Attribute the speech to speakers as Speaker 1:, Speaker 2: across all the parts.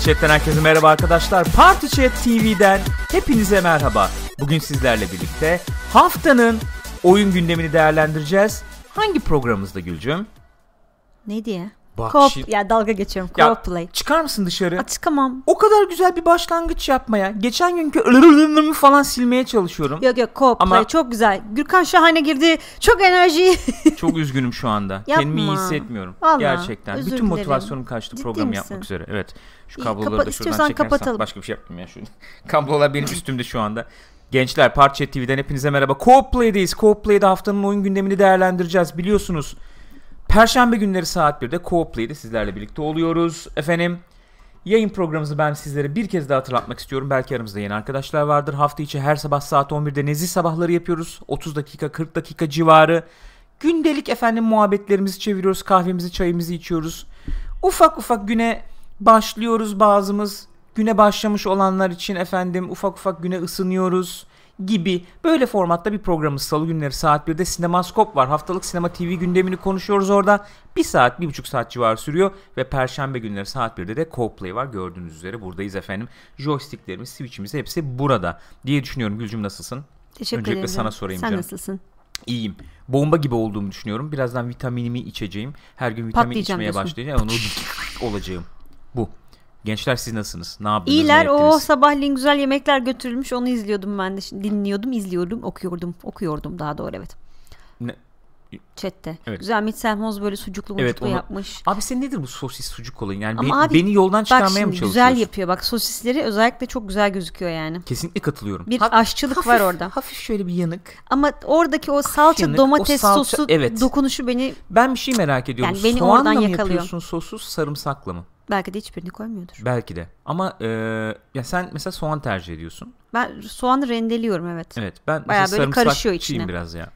Speaker 1: Party Chat'ten herkese merhaba arkadaşlar. Party Chat TV'den hepinize merhaba. Bugün sizlerle birlikte haftanın oyun gündemini değerlendireceğiz. Hangi programımızda Gülcüm?
Speaker 2: Neydi ya?
Speaker 1: Bak
Speaker 2: ya dalga geçiyorum. Co-op play.
Speaker 1: Çıkar mısın dışarı?
Speaker 2: Çıkamam.
Speaker 1: O kadar güzel bir başlangıç yapmaya. Geçen günkü falan silmeye çalışıyorum.
Speaker 2: Yok Co-op play çok güzel. Gürkan şahane girdi. Çok enerji.
Speaker 1: Çok üzgünüm şu anda. Kendimi iyi hissetmiyorum.
Speaker 2: Vallahi,
Speaker 1: gerçekten. Bütün motivasyonum kaçtı programı yapmak üzere. Evet. Şu kabloları da şuradan çekersem başka bir şey yaptım ya. Şu kablolar benim üstümde şu anda. Gençler, Party Chat TV'den hepinize merhaba. Co-op Play'deyiz. Co-op Play'de haftanın oyun gündemini değerlendireceğiz. Biliyorsunuz Perşembe günleri saat 1'de Co-op Play'de sizlerle birlikte oluyoruz. Efendim, yayın programımızı ben sizlere bir kez daha hatırlatmak istiyorum. Belki aramızda yeni arkadaşlar vardır. Hafta içi her sabah saat 11'de nezih sabahları yapıyoruz. 30 dakika 40 dakika civarı. Gündelik efendim muhabbetlerimizi çeviriyoruz. Kahvemizi çayımızı içiyoruz. Ufak ufak güne başlıyoruz bazımız. Güne başlamış olanlar için efendim ufak ufak güne ısınıyoruz gibi böyle formatta bir programımız. Salı günleri saat 1'de Sinemaskop var. Haftalık sinema TV gündemini konuşuyoruz orada. 1 saat 1,5 saat civarı sürüyor ve Perşembe günleri saat 1'de de Co-op Play var. Gördüğünüz üzere buradayız efendim. Joysticklerimiz, Switch'imiz hepsi burada diye düşünüyorum. Gülcüm, nasılsın?
Speaker 2: Teşekkür ederim.
Speaker 1: Öncelikle sana sorayım
Speaker 2: Sen
Speaker 1: canım.
Speaker 2: nasılsın?
Speaker 1: İyiyim. Bomba gibi olduğumu düşünüyorum. Birazdan vitaminimi içeceğim. Her gün vitamin içmeye başlayacağım. Onu olacağım. Bu. Gençler, siz nasılsınız? Ne yaptınız?
Speaker 2: İyiler. O sabahleyin güzel yemekler götürülmüş. Onu izliyordum ben de. Dinliyordum, izliyordum, okuyordum daha doğru, evet.
Speaker 1: Ne?
Speaker 2: Chat'te.
Speaker 1: Evet.
Speaker 2: Güzel Mitselmoz böyle sucuklu mucuklu yapmış.
Speaker 1: Abi sen nedir bu sosis sucuk olayı? Yani
Speaker 2: beni
Speaker 1: yoldan çıkarmaya mı çalışıyorsun?
Speaker 2: Güzel yapıyor. Bak, sosisleri özellikle çok güzel gözüküyor yani.
Speaker 1: Kesinlikle katılıyorum.
Speaker 2: Bir aşçılık var orada.
Speaker 1: Hafif şöyle bir yanık.
Speaker 2: Ama oradaki o salça, yanık, domates sosu dokunuşu beni...
Speaker 1: Ben bir şey merak ediyorum.
Speaker 2: Yani beni
Speaker 1: soğanla
Speaker 2: oradan
Speaker 1: mı
Speaker 2: yakalıyor.
Speaker 1: Yapıyorsun sosu, sarımsakla mı?
Speaker 2: Belki de hiçbirini koymuyordur.
Speaker 1: Belki de. Ama ya sen mesela soğan tercih ediyorsun.
Speaker 2: Ben soğanı rendeliyorum, evet.
Speaker 1: Evet. Ben
Speaker 2: bayağı böyle karışıyor içine.
Speaker 1: Biraz ya.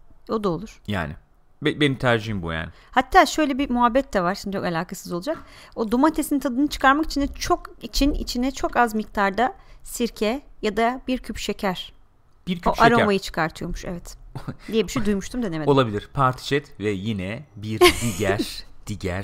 Speaker 2: O da olur.
Speaker 1: Yani. Benim tercihim bu yani.
Speaker 2: Hatta şöyle bir muhabbet de var. Şimdi çok alakasız olacak. O domatesin tadını çıkarmak için içine çok az miktarda sirke ya da bir küp şeker. Aromayı çıkartıyormuş, evet. Diye bir şey duymuştum, denemedim.
Speaker 1: Olabilir. Party Chat ve yine bir diğer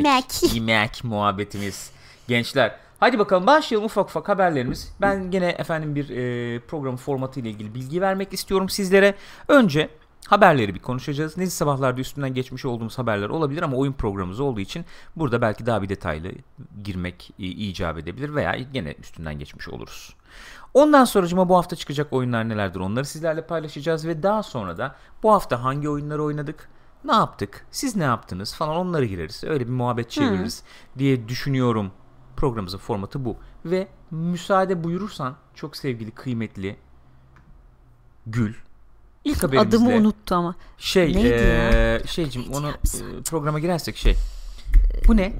Speaker 1: yemek muhabbetimiz. Gençler, hadi bakalım başlayalım ufak ufak haberlerimiz. Ben gene efendim bir programın formatı ile ilgili bilgi vermek istiyorum sizlere. Önce haberleri bir konuşacağız. Nezih sabahlarda üstünden geçmiş olduğumuz haberler olabilir ama oyun programımız olduğu için burada belki daha bir detaylı girmek icap edebilir veya gene üstünden geçmiş oluruz. Ondan sonracıma bu hafta çıkacak oyunlar nelerdir onları sizlerle paylaşacağız ve daha sonra da bu hafta hangi oyunları oynadık, ne yaptık, siz ne yaptınız falan, onları gireriz. Öyle bir muhabbet çeviririz diye düşünüyorum. Programımızın formatı bu. Ve müsaade buyurursan çok sevgili kıymetli Gül, İlk haberimizde
Speaker 2: adımı unuttu ama.
Speaker 1: Şeycim onu programa girersek bu ne?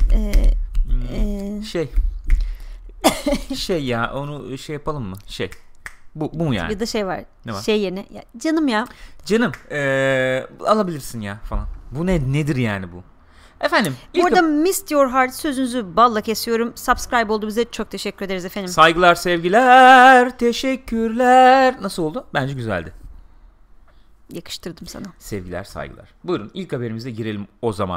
Speaker 1: Ya onu yapalım mı? Bu mu yani?
Speaker 2: Bir de var.
Speaker 1: Ne var?
Speaker 2: Yerine. Ya, canım ya.
Speaker 1: Canım alabilirsin ya falan. Bu nedir yani bu? Efendim.
Speaker 2: Burada Missed Your Heart sözünüzü balla kesiyorum. Subscribe oldu bize. Çok teşekkür ederiz efendim.
Speaker 1: Saygılar, sevgiler, teşekkürler. Nasıl oldu? Bence güzeldi.
Speaker 2: Yakıştırdım sana.
Speaker 1: Sevgiler, saygılar. Buyurun ilk haberimize girelim o zaman.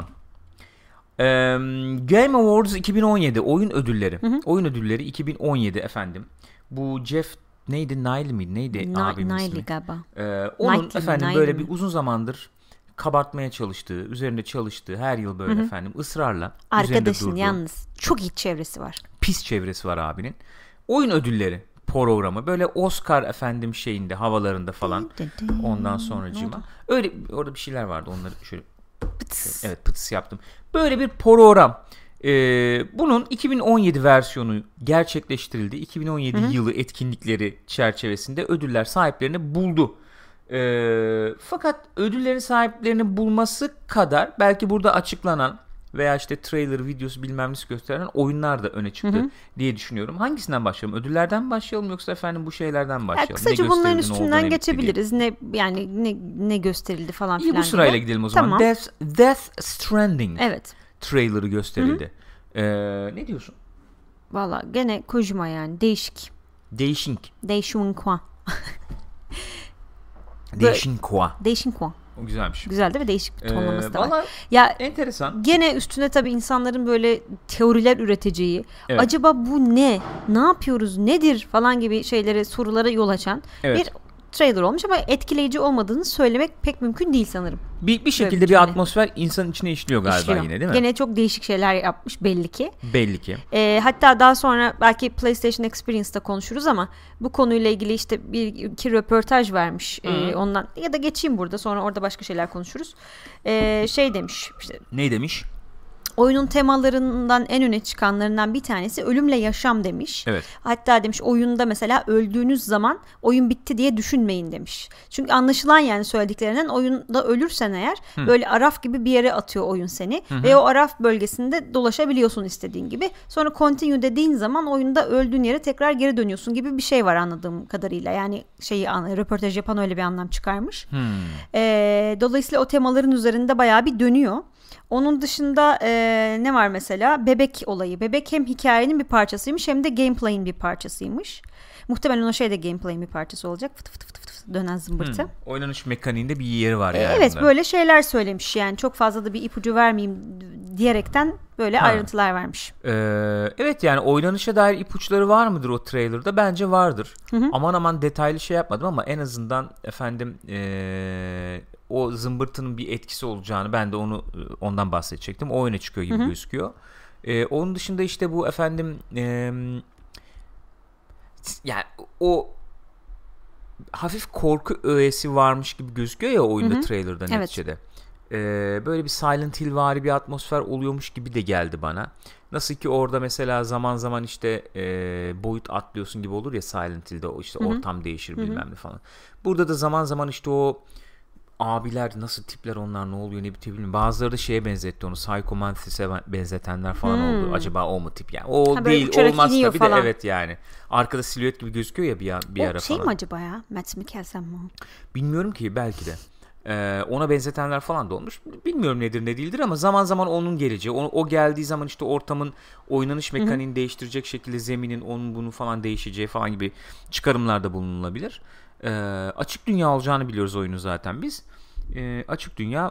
Speaker 1: Game Awards 2017 oyun ödülleri. Oyun ödülleri 2017 efendim. Bu Jeff Nile miydi? Neydi abimin ismi?
Speaker 2: Galiba.
Speaker 1: Onun efendim böyle bir uzun zamandır kabartmaya çalıştığı, üzerinde çalıştığı, her yıl böyle efendim ısrarla
Speaker 2: arkadaşın yalnız çok iyi çevresi var.
Speaker 1: Pis çevresi var abinin. Oyun ödülleri programı böyle Oscar efendim havalarında falan. Ondan sonracığıma öyle orada bir şeyler vardı, onları şöyle pıtıs yaptım. Böyle bir program. Bunun 2017 versiyonu gerçekleştirildi. 2017 yılı etkinlikleri çerçevesinde ödüller sahiplerini buldu. Fakat ödüllerin sahiplerini bulması kadar belki burada açıklanan veya trailer videosu bilmem nesi gösteren oyunlar da öne çıktı diye düşünüyorum. Hangisinden başlayalım? Ödüllerden mi başlayalım yoksa efendim bu şeylerden başlayalım?
Speaker 2: Kısaca bunların üstünden geçebiliriz. Ne gösterildi falan filan.
Speaker 1: Bu sırayla gidelim o zaman. Tamam. Death Stranding.
Speaker 2: Evet.
Speaker 1: Trailer'ı gösterildi. Ne diyorsun?
Speaker 2: Valla gene Kojima yani. Değişik.
Speaker 1: O güzelmiş.
Speaker 2: Güzel değil mi? Değişik bir tonlaması da var.
Speaker 1: Ya enteresan.
Speaker 2: Gene üstüne tabii insanların böyle teoriler üreteceği, acaba bu ne? Ne yapıyoruz? Nedir? Falan gibi sorulara yol açan bir trailer olmuş ama etkileyici olmadığını söylemek pek mümkün değil sanırım.
Speaker 1: Bir şekilde bir atmosfer insanın içine işliyor galiba yine, değil mi?
Speaker 2: Gene çok değişik şeyler yapmış belli ki.
Speaker 1: Belli ki.
Speaker 2: Hatta daha sonra belki PlayStation Experience'da konuşuruz ama bu konuyla ilgili işte iki röportaj vermiş ondan, ya da geçeyim burada, sonra orada başka şeyler konuşuruz. Demiş işte.
Speaker 1: Ne demiş?
Speaker 2: Oyunun temalarından en öne çıkanlarından bir tanesi ölümle yaşam demiş.
Speaker 1: Evet.
Speaker 2: Hatta demiş oyunda mesela öldüğünüz zaman oyun bitti diye düşünmeyin demiş. Çünkü anlaşılan yani söylediklerinden oyunda ölürsen eğer böyle araf gibi bir yere atıyor oyun seni. Ve o araf bölgesinde dolaşabiliyorsun istediğin gibi. Sonra continue dediğin zaman oyunda öldüğün yere tekrar geri dönüyorsun gibi bir şey var anladığım kadarıyla. Yani röportaj yapan öyle bir anlam çıkarmış. Dolayısıyla o temaların üzerinde bayağı bir dönüyor. Onun dışında ne var mesela? Bebek olayı. Bebek hem hikayenin bir parçasıymış hem de gameplay'in bir parçasıymış. Muhtemelen o de gameplay'in bir parçası olacak. Fıt fıt fıt fıt dönen zımbırtı.
Speaker 1: Oynanış mekaniğinde bir yeri var yani.
Speaker 2: Evet, böyle şeyler söylemiş yani. Çok fazla da bir ipucu vermeyeyim diyerekten böyle ayrıntılar vermiş.
Speaker 1: Evet, yani oynanışa dair ipuçları var mıdır o trailer'da? Bence vardır. Aman detaylı şey yapmadım ama en azından efendim o zımbırtının bir etkisi olacağını, ben de ondan bahsedecektim. O öne çıkıyor gibi gözüküyor. Onun dışında işte bu efendim yani o hafif korku öğesi varmış gibi gözüküyor ya oyunda trailer'da neticede. Böyle bir Silent Hill'vari bir atmosfer oluyormuş gibi de geldi bana. Nasıl ki orada mesela zaman zaman işte boyut atlıyorsun gibi olur ya Silent Hill'de, o işte ortam değişir bilmem ne falan. Burada da zaman zaman işte o abiler nasıl tipler, onlar ne oluyor ne bitiyor bilmiyorum. Bazıları da şeye benzetti onu, Psycho Mantis'e benzetenler falan oldu. Acaba o mu tip yani? O değil, olmaz tabii falan. De evet yani. Arkada silüet gibi gözüküyor ya bir ara falan. O
Speaker 2: mi acaba ya? Mads Mikkelsen mi?
Speaker 1: Bilmiyorum ki, belki de. Ona benzetenler falan da olmuş. Bilmiyorum nedir ne değildir ama zaman zaman onun geleceği. O geldiği zaman işte ortamın oynanış mekaniğini değiştirecek şekilde zeminin onun bunu falan değişeceği falan gibi çıkarımlarda bulunulabilir. Açık dünya olacağını biliyoruz oyunu zaten biz. Açık dünya,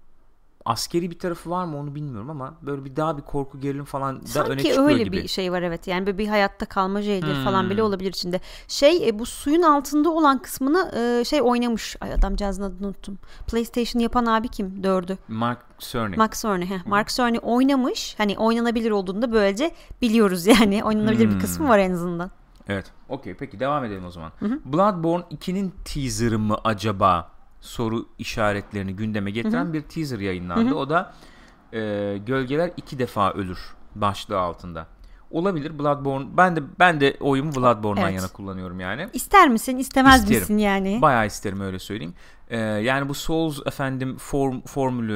Speaker 1: askeri bir tarafı var mı onu bilmiyorum ama böyle daha bir korku gerilim falan da
Speaker 2: sanki
Speaker 1: öne çıkıyor gibi.
Speaker 2: Sanki öyle bir şey var evet. Yani böyle bir hayatta kalma şeydir falan bile olabilir içinde. Bu suyun altında olan kısmını oynamış. Ay, adamcağızın adını unuttum. PlayStation yapan abi kim? 4'ü.
Speaker 1: Mark Cerny.
Speaker 2: Mark Cerny oynamış. Hani oynanabilir olduğunu da böylece biliyoruz yani. Oynanabilir bir kısmı var en azından.
Speaker 1: Evet. Okey. Peki devam edelim o zaman. Bloodborne 2'nin teaserı mı acaba? Soru işaretlerini gündeme getiren bir teaser yayınlandı. O da Gölgeler 2 defa ölür başlığı altında. Olabilir. Bloodborne, ben de oyumu Bloodborne'dan yana kullanıyorum yani.
Speaker 2: İster misin, istemez misin yani?
Speaker 1: Bayağı isterim, öyle söyleyeyim. Yani bu Souls efendim formülü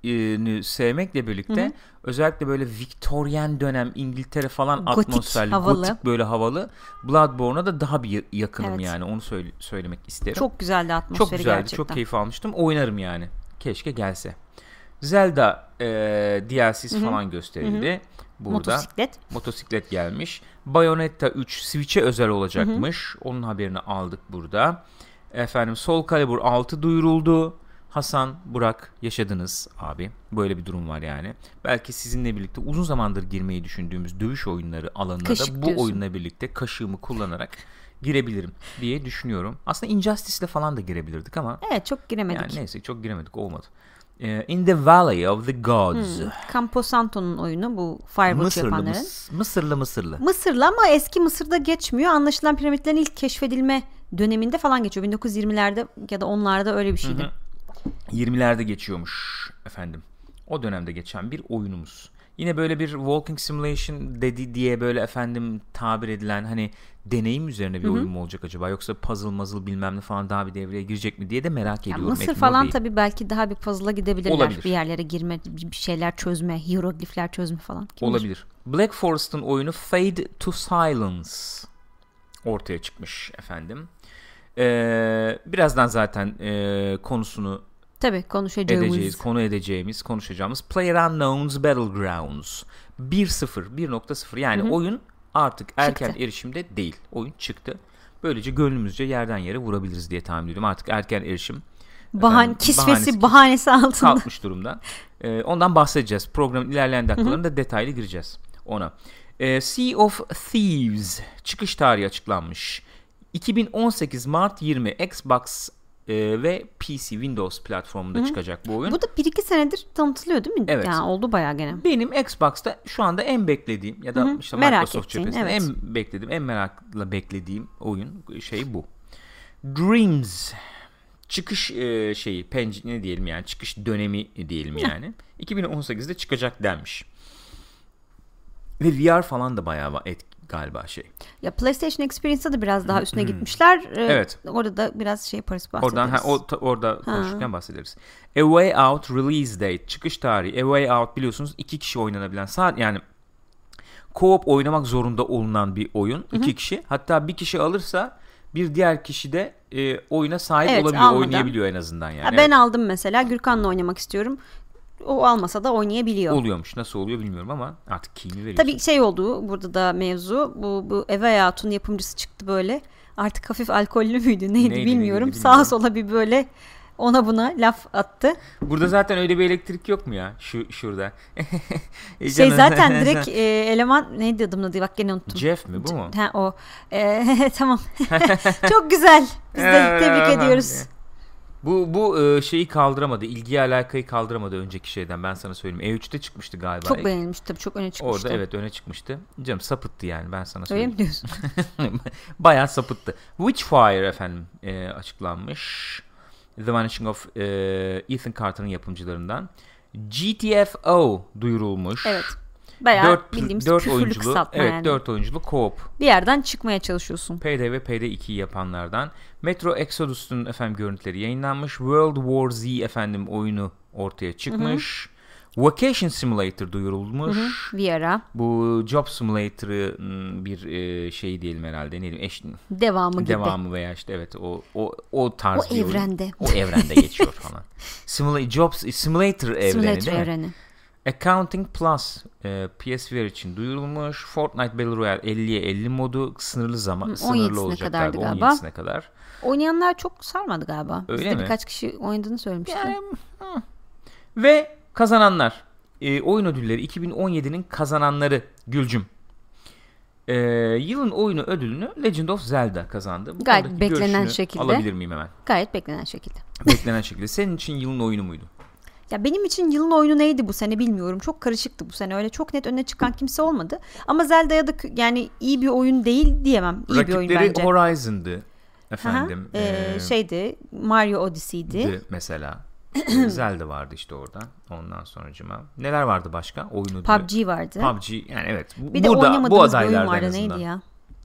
Speaker 1: sevmekle birlikte özellikle böyle Victorian dönem İngiltere falan
Speaker 2: gotik,
Speaker 1: atmosferli, gotik böyle havalı Bloodborne'a da daha bir yakınım yani, onu söylemek isterim.
Speaker 2: Çok güzeldi atmosferi,
Speaker 1: çok güzeldi,
Speaker 2: gerçekten.
Speaker 1: Çok keyif almıştım. Oynarım yani. Keşke gelse. Zelda DLC'si falan gösterildi. Burada motosiklet gelmiş. Bayonetta 3 Switch'e özel olacakmış. Onun haberini aldık burada. Efendim Soul Calibur 6 duyuruldu. Hasan, Burak, yaşadınız abi. Böyle bir durum var yani. Belki sizinle birlikte uzun zamandır girmeyi düşündüğümüz dövüş oyunları alanına da bu oyunla birlikte kaşığımı kullanarak girebilirim diye düşünüyorum. Aslında Injustice'le falan da girebilirdik ama.
Speaker 2: Evet, çok giremedik.
Speaker 1: Yani neyse, çok giremedik, olmadı. In the Valley of the Gods.
Speaker 2: Camposanto'nun oyunu bu, Firewatch yapanların. Mısırlı ama eski Mısır'da geçmiyor. Anlaşılan piramitlerin ilk keşfedilme döneminde falan geçiyor. 1920'lerde ya da 10'larda öyle bir şeydi.
Speaker 1: 20'lerde geçiyormuş efendim. O dönemde geçen bir oyunumuz. Yine böyle bir walking simulation diye böyle efendim tabir edilen hani deneyim üzerine bir oyun mu olacak acaba, yoksa puzzle bilmem ne falan daha bir devreye girecek mi diye de merak ediyorum.
Speaker 2: Mısır falan tabii belki daha bir puzzle'a gidebilirler. Olabilir. Bir yerlere girme, bir şeyler çözme, hieroglifler çözme falan.
Speaker 1: Olabilir. Black Forest'ın oyunu Fade to Silence ortaya çıkmış efendim. Birazdan zaten konusunu konuşacağımız PlayerUnknown's Battlegrounds 1.0 yani oyun artık erken erişimde değil. Oyun çıktı. Böylece gönlümüzce yerden yere vurabiliriz diye tahmin ediyorum. Artık erken erişim
Speaker 2: Bahanesi altında
Speaker 1: kalkmış durumda. Ondan bahsedeceğiz. Programın ilerleyen dakikalarında detaylı gireceğiz ona. Sea of Thieves çıkış tarihi açıklanmış. 2018 Mart 20 Xbox ve PC Windows platformunda çıkacak bu oyun.
Speaker 2: Bu da 1-2 senedir tanıtılıyor değil mi?
Speaker 1: Evet.
Speaker 2: Yani oldu bayağı gene.
Speaker 1: Benim Xbox'ta şu anda en beklediğim ya da işte Microsoft cephesinde en beklediğim, en merakla beklediğim oyun bu. Dreams çıkış ne diyelim yani, çıkış dönemi diyelim yani. 2018'de çıkacak denmiş. Ve VR falan da bayağı galiba
Speaker 2: Ya PlayStation Experience'da da biraz daha üstüne gitmişler.
Speaker 1: Evet.
Speaker 2: Orada da biraz yaparız, bahsederiz.
Speaker 1: Orada konuşurken bahsederiz. A Way Out release date, çıkış tarihi. A Way Out biliyorsunuz 2 kişi oynanabilen, yani co-op oynamak zorunda olunan bir oyun. 2 kişi. Hatta bir kişi alırsa bir diğer kişi de oyuna sahip olabiliyor, oynayabiliyor en azından yani.
Speaker 2: Ben aldım mesela, Gürkan'la oynamak istiyorum. O almasa da oynayabiliyor.
Speaker 1: Oluyormuş. Nasıl oluyor bilmiyorum ama artık key'ini veriyorsun.
Speaker 2: Tabii oldu burada da mevzu. Bu A Way Out'un yapımcısı çıktı böyle. Artık hafif alkollü müydü neydi bilmiyorum. Sağa sola bir böyle ona buna laf attı.
Speaker 1: Burada zaten öyle bir elektrik yok mu ya? Şurada.
Speaker 2: Zaten direkt eleman neydi adımın adı? Bak gene unuttum.
Speaker 1: Jeff mi bu mu?
Speaker 2: O. Tamam. Çok güzel. Biz de tebrik ediyoruz.
Speaker 1: Bu şeyi kaldıramadı. İlgiyi, alakayı kaldıramadı önceki şeyden. Ben sana söyleyeyim. E3'te çıkmıştı galiba.
Speaker 2: Çok beğenilmişti tabii. Çok öne çıkmıştı.
Speaker 1: Orada evet öne çıkmıştı. Canım sapıttı yani, ben sana söyleyeyim.
Speaker 2: Öyle mi diyorsun?
Speaker 1: Bayağı sapıttı. Witchfire efendim açıklanmış. The Vanishing of Ethan Carter'ın yapımcılarından. GTFO duyurulmuş.
Speaker 2: Evet. Bayağı bildiğimiz küfürlü kısaltma yani.
Speaker 1: 4 oyunculu co-op.
Speaker 2: Bir yerden çıkmaya çalışıyorsun.
Speaker 1: Payday ve PD2'yi yapanlardan. Metro Exodus'un görüntüleri yayınlanmış. World War Z oyunu ortaya çıkmış. Vacation Simulator duyurulmuş.
Speaker 2: VR'a.
Speaker 1: Bu Job Simulator'ın bir şeyi diyelim herhalde. Ne diyeyim?
Speaker 2: Devamı gibi.
Speaker 1: Devamı veya işte evet o tarz
Speaker 2: o
Speaker 1: bir
Speaker 2: evrende.
Speaker 1: Oyun. O evrende geçiyor falan. Simulator evreni değil mi? Accounting Plus PSVR için duyurulmuş. Fortnite Battle Royale 50'ye 50 modu sınırlı olacak galiba. 17'sine kadar.
Speaker 2: Oynayanlar çok sarmadı galiba.
Speaker 1: Öyle
Speaker 2: Bizde
Speaker 1: mi?
Speaker 2: birkaç kişi oynadığını söylemişti.
Speaker 1: Ve kazananlar. Oyun ödülleri 2017'nin kazananları Gülcüm. Yılın oyunu ödülünü Legend of Zelda kazandı. Bu
Speaker 2: gayet beklenen şekilde.
Speaker 1: Alabilir miyim hemen?
Speaker 2: Gayet beklenen şekilde.
Speaker 1: Beklenen şekilde. Senin için yılın oyunu muydu?
Speaker 2: Ya benim için yılın oyunu neydi bu sene bilmiyorum. Çok karışıktı bu sene. Öyle çok net öne çıkan kimse olmadı. Ama Zelda'ya da yani iyi bir oyun değil diyemem. İyi bir oyun bence.
Speaker 1: Rakipleri Horizon'dı efendim.
Speaker 2: Mario Odyssey'di.
Speaker 1: Mesela. Zelda vardı işte orada. Ondan sonracıma. Neler vardı başka? Oyunu
Speaker 2: PUBG vardı.
Speaker 1: PUBG yani evet.
Speaker 2: Bir de oynamadığımız bir oyun vardı. Neydi ya?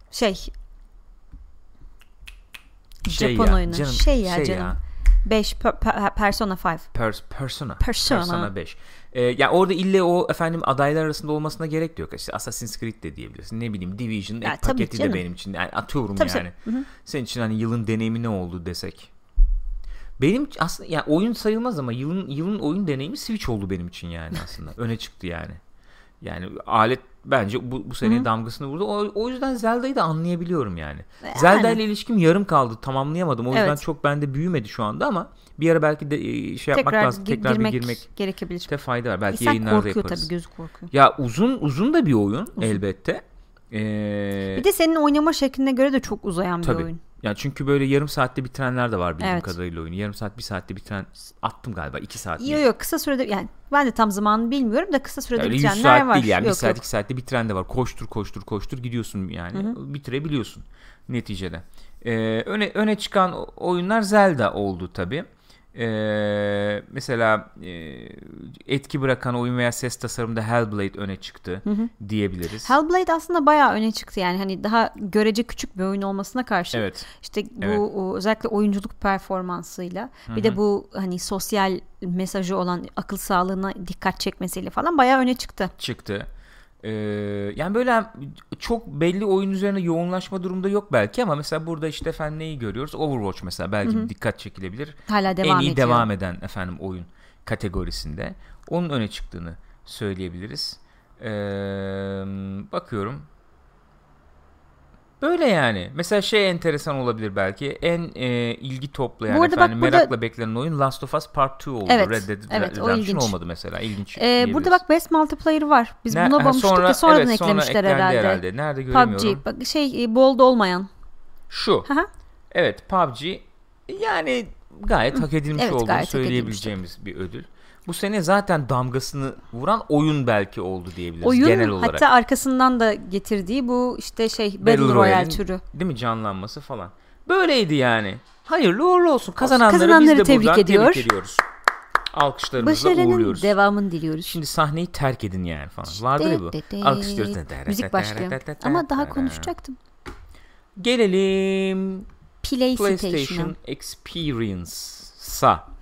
Speaker 2: Japon oyunu. Canım. Ya. 5 Persona 5.
Speaker 1: Persona 5. Yani orada ille o adaylar arasında olmasına gerek yok. İşte Assassin's Creed de diyebilirsin. Ne bileyim Division paketi de benim için. Yani atıyorum tabii, yani. Tabii. Senin için yılın deneyimi ne oldu desek. Benim aslında yani oyun sayılmaz ama yılın oyun deneyimi Switch oldu benim için yani aslında. Öne çıktı yani. Yani alet bence bu sene damgasını vurdu. O yüzden Zelda'yı da anlayabiliyorum yani. Zelda ile ilişkim yarım kaldı. Tamamlayamadım. O yüzden çok bende büyümedi şu anda ama bir ara belki de yapmak lazım. Tekrar bir girmek
Speaker 2: gerekebilir.
Speaker 1: Fayda var. Belki yayınlarda yaparız.
Speaker 2: Korkuyor tabii, gözü korkuyor.
Speaker 1: Ya uzun da bir oyun elbette.
Speaker 2: Bir de senin oynama şekline göre de çok uzayan bir oyun.
Speaker 1: Yani çünkü böyle yarım saatte bitirenler de var bildiğim kadarıyla oyunu. Yarım saat, bir saatte bitiren attım galiba 2 saat.
Speaker 2: Yok kısa sürede yani ben de tam zamanını bilmiyorum da kısa sürede
Speaker 1: yani
Speaker 2: bitirenler
Speaker 1: 100 saat
Speaker 2: var.
Speaker 1: Değil yani 1 saat 2 saatte bitiren de var. Koştur gidiyorsun yani. Bitirebiliyorsun neticede. Öne çıkan oyunlar Zelda oldu tabii. Mesela etki bırakan oyun veya ses tasarımında Hellblade öne çıktı diyebiliriz.
Speaker 2: Hellblade aslında bayağı öne çıktı yani hani daha görece küçük bir oyun olmasına karşı işte bu özellikle oyunculuk performansıyla bir de bu hani sosyal mesajı olan akıl sağlığına dikkat çekmesiyle falan bayağı öne çıktı.
Speaker 1: Yani böyle çok belli oyun üzerine yoğunlaşma durumda yok belki ama mesela burada işte neyi görüyoruz? Overwatch mesela belki bir dikkat çekilebilir.
Speaker 2: Hala
Speaker 1: en iyi devam eden oyun kategorisinde onun öne çıktığını söyleyebiliriz. Bakıyorum. Öyle yani. Mesela enteresan olabilir belki. En ilgi toplayan merakla beklenen oyun Last of Us Part 2 oldu.
Speaker 2: Evet,
Speaker 1: Red Dead Redemption olmadı mesela. İlginç.
Speaker 2: Burada bak Best Multiplayer var. Biz buna bakmıştık da sonradan eklemişler herhalde.
Speaker 1: Nerede göremiyorum.
Speaker 2: PUBG. Bak bold olmayan.
Speaker 1: Şu. Evet, PUBG yani gayet hak edilmiş olduğunu söyleyebileceğimiz bir ödül. Bu sene zaten damgasını vuran oyun belki oldu diyebiliriz genel olarak.
Speaker 2: Hatta arkasından da getirdiği bu Battle Royale türü.
Speaker 1: Değil mi, canlanması falan. Böyleydi yani. Hayırlı uğurlu olsun. Kazananları biz de
Speaker 2: tebrik
Speaker 1: ediyoruz. Alkışlarımızla uğurluyoruz.
Speaker 2: Devamını diliyoruz.
Speaker 1: Şimdi sahneyi terk edin yani falan. Vardır ya bu. Alkışlıyoruz.
Speaker 2: Müzik başlıyor. Ama daha konuşacaktım.
Speaker 1: Gelelim PlayStation Experience'a.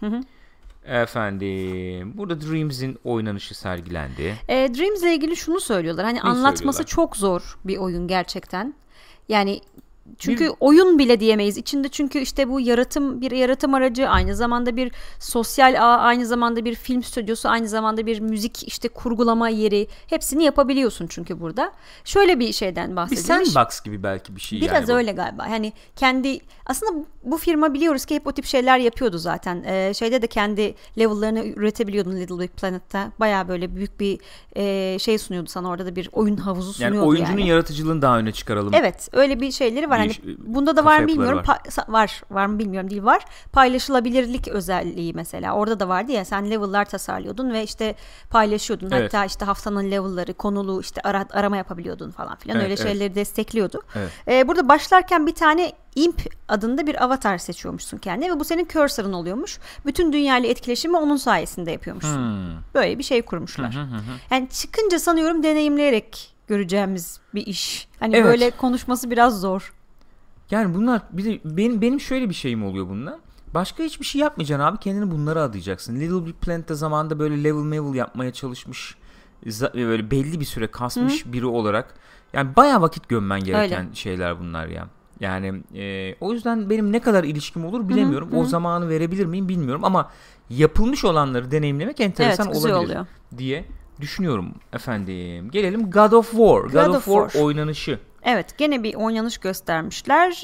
Speaker 1: Efendim, burada Dreams'in oynanışı sergilendi.
Speaker 2: Dreams'le ilgili şunu söylüyorlar. Hani anlatması çok zor bir oyun gerçekten. Yani çünkü oyun bile diyemeyiz. İçinde çünkü bu bir yaratım aracı, aynı zamanda bir sosyal ağ, aynı zamanda bir film stüdyosu, aynı zamanda bir müzik kurgulama yeri. Hepsini yapabiliyorsun çünkü burada. Şöyle bir şeyden bahsedilmiş.
Speaker 1: Bir sandbox gibi belki bir şey
Speaker 2: biraz yani. Biraz öyle galiba. Yani aslında bu firma biliyoruz ki hep o tip şeyler yapıyordu zaten. Şeyde de kendi level'larını üretebiliyordun Little Big Planet'te. Bayağı böyle büyük bir sunuyordu sana. Orada da bir oyun havuzu sunuyordu yani.
Speaker 1: Oyuncunun yaratıcılığını daha öne çıkaralım.
Speaker 2: Evet, öyle bir şeyleri var. Hani bunda da var mı bilmiyorum. Var mı bilmiyorum değil, var. Paylaşılabilirlik özelliği mesela. Orada da vardı ya, sen level'lar tasarlıyordun ve paylaşıyordun. Evet. Hatta haftanın level'ları, konulu arama yapabiliyordun falan filan. Evet, öyle şeyleri destekliyordu. Evet. Burada başlarken bir tane Imp adında bir avatar seçiyormuşsun kendine ve bu senin cursor'ın oluyormuş. Bütün dünyayla etkileşimi onun sayesinde yapıyormuşsun. Böyle bir şey kurmuşlar. Yani çıkınca sanıyorum deneyimleyerek göreceğimiz bir iş. Hani böyle konuşması biraz zor.
Speaker 1: Yani bunlar bir de benim şöyle bir şeyim oluyor bununla. Başka hiçbir şey yapmayacaksın abi. Kendini bunlara adayacaksın. Little Big Planet'te zamanında böyle level yapmaya çalışmış, böyle belli bir süre kasmış biri olarak. Yani bayağı vakit gömmen gereken şeyler bunlar ya. Yani o yüzden benim ne kadar ilişkim olur bilemiyorum. O zamanı verebilir miyim bilmiyorum ama yapılmış olanları deneyimlemek enteresan olabilir diye düşünüyorum efendim. Gelelim God of War. God of War oynanışı.
Speaker 2: Evet, gene bir oynanış göstermişler.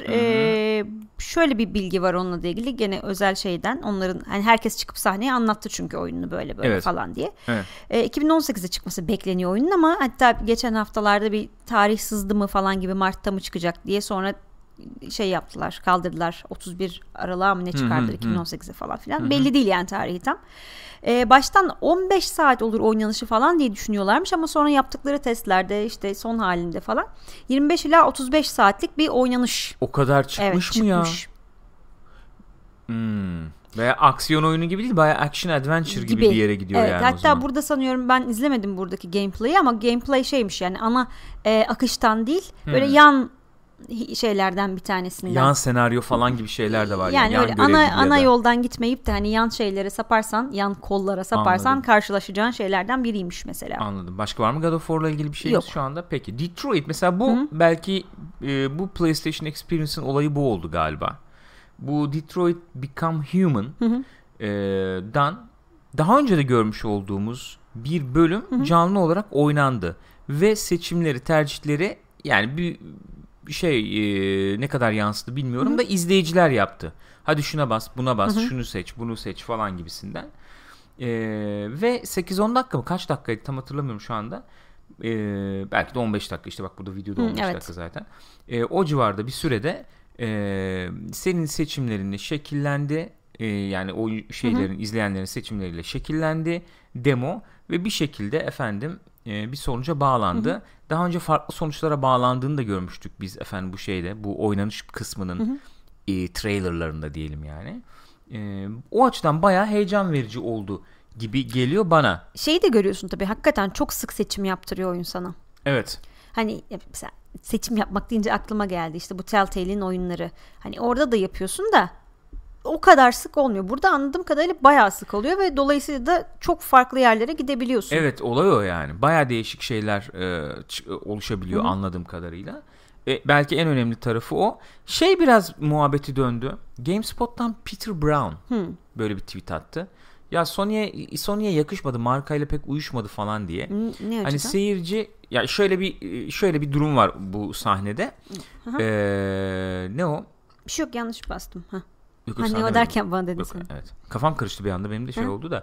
Speaker 2: Şöyle bir bilgi var onunla ilgili. Gene özel şeyden. Onların herkes çıkıp sahneye anlattı çünkü oyununu böyle falan diye. Evet. 2018'de çıkması bekleniyor oyunun ama hatta geçen haftalarda bir tarih sızdı mı falan gibi, Mart'ta mı çıkacak diye sonra yaptılar, kaldırdılar. 31 Aralık'a mı ne çıkardılar 2018'e falan filan. Belli değil yani tarihi tam. Baştan 15 saat olur oynanışı falan diye düşünüyorlarmış ama sonra yaptıkları testlerde son halinde falan 25 ila 35 saatlik bir oynanış.
Speaker 1: O kadar çıkmış mı ya? Veya aksiyon oyunu gibi değil, bayağı action adventure gibi bir yere gidiyor yani.
Speaker 2: Hatta burada sanıyorum, ben izlemedim buradaki gameplay'i ama gameplay yani ana akıştan değil, böyle yan şeylerden bir tanesinden.
Speaker 1: Yan senaryo falan gibi şeyler de var.
Speaker 2: Yani öyle ana yoldan gitmeyip de yan şeylere saparsan, yan kollara saparsan karşılaşacağın şeylerden biriymiş mesela.
Speaker 1: Anladım. Başka var mı God of War'la ilgili bir şeyimiz şu anda? Peki. Detroit mesela bu belki bu PlayStation Experience'ın olayı bu oldu galiba. Bu Detroit Become Human dan daha önce de görmüş olduğumuz bir bölüm canlı olarak oynandı ve seçimleri, tercihleri yani bir ne kadar yansıdı bilmiyorum da izleyiciler yaptı. Hadi şuna bas, buna bas, şunu seç, bunu seç falan gibisinden. Ve 8-10 dakika mı, kaç dakikaydı tam hatırlamıyorum şu anda. Belki de 15 dakika, bak burada videoda 15 dakika zaten. O civarda bir sürede senin seçimlerini şekillendi. Yani o şeylerin, izleyenlerin seçimleriyle şekillendi demo ve bir şekilde bir sonuca bağlandı. Daha önce farklı sonuçlara bağlandığını da görmüştük biz bu oynanış kısmının trailerlarında diyelim yani. O açıdan bayağı heyecan verici oldu gibi geliyor bana.
Speaker 2: Şeyi de görüyorsun tabii, hakikaten çok sık seçim yaptırıyor oyun sana.
Speaker 1: Evet.
Speaker 2: Hani mesela seçim yapmak deyince aklıma geldi bu Telltale'in oyunları. Hani orada da yapıyorsun da o kadar sık olmuyor. Burada anladığım kadarıyla bayağı sık oluyor ve dolayısıyla da çok farklı yerlere gidebiliyorsun.
Speaker 1: Evet, olay o yani. Bayağı değişik şeyler oluşabiliyor anladığım kadarıyla. Belki en önemli tarafı o. Biraz muhabbeti döndü. GameSpot'tan Peter Brown böyle bir tweet attı. Ya Sony'ye yakışmadı, markayla pek uyuşmadı falan diye.
Speaker 2: Ne
Speaker 1: hani seyirci ya şöyle bir durum var bu sahnede. Ne o?
Speaker 2: Bir şey yok, yanlış bastım. Hani o derken bana dedin sen.
Speaker 1: Evet. Kafam karıştı bir anda, benim de şey oldu da.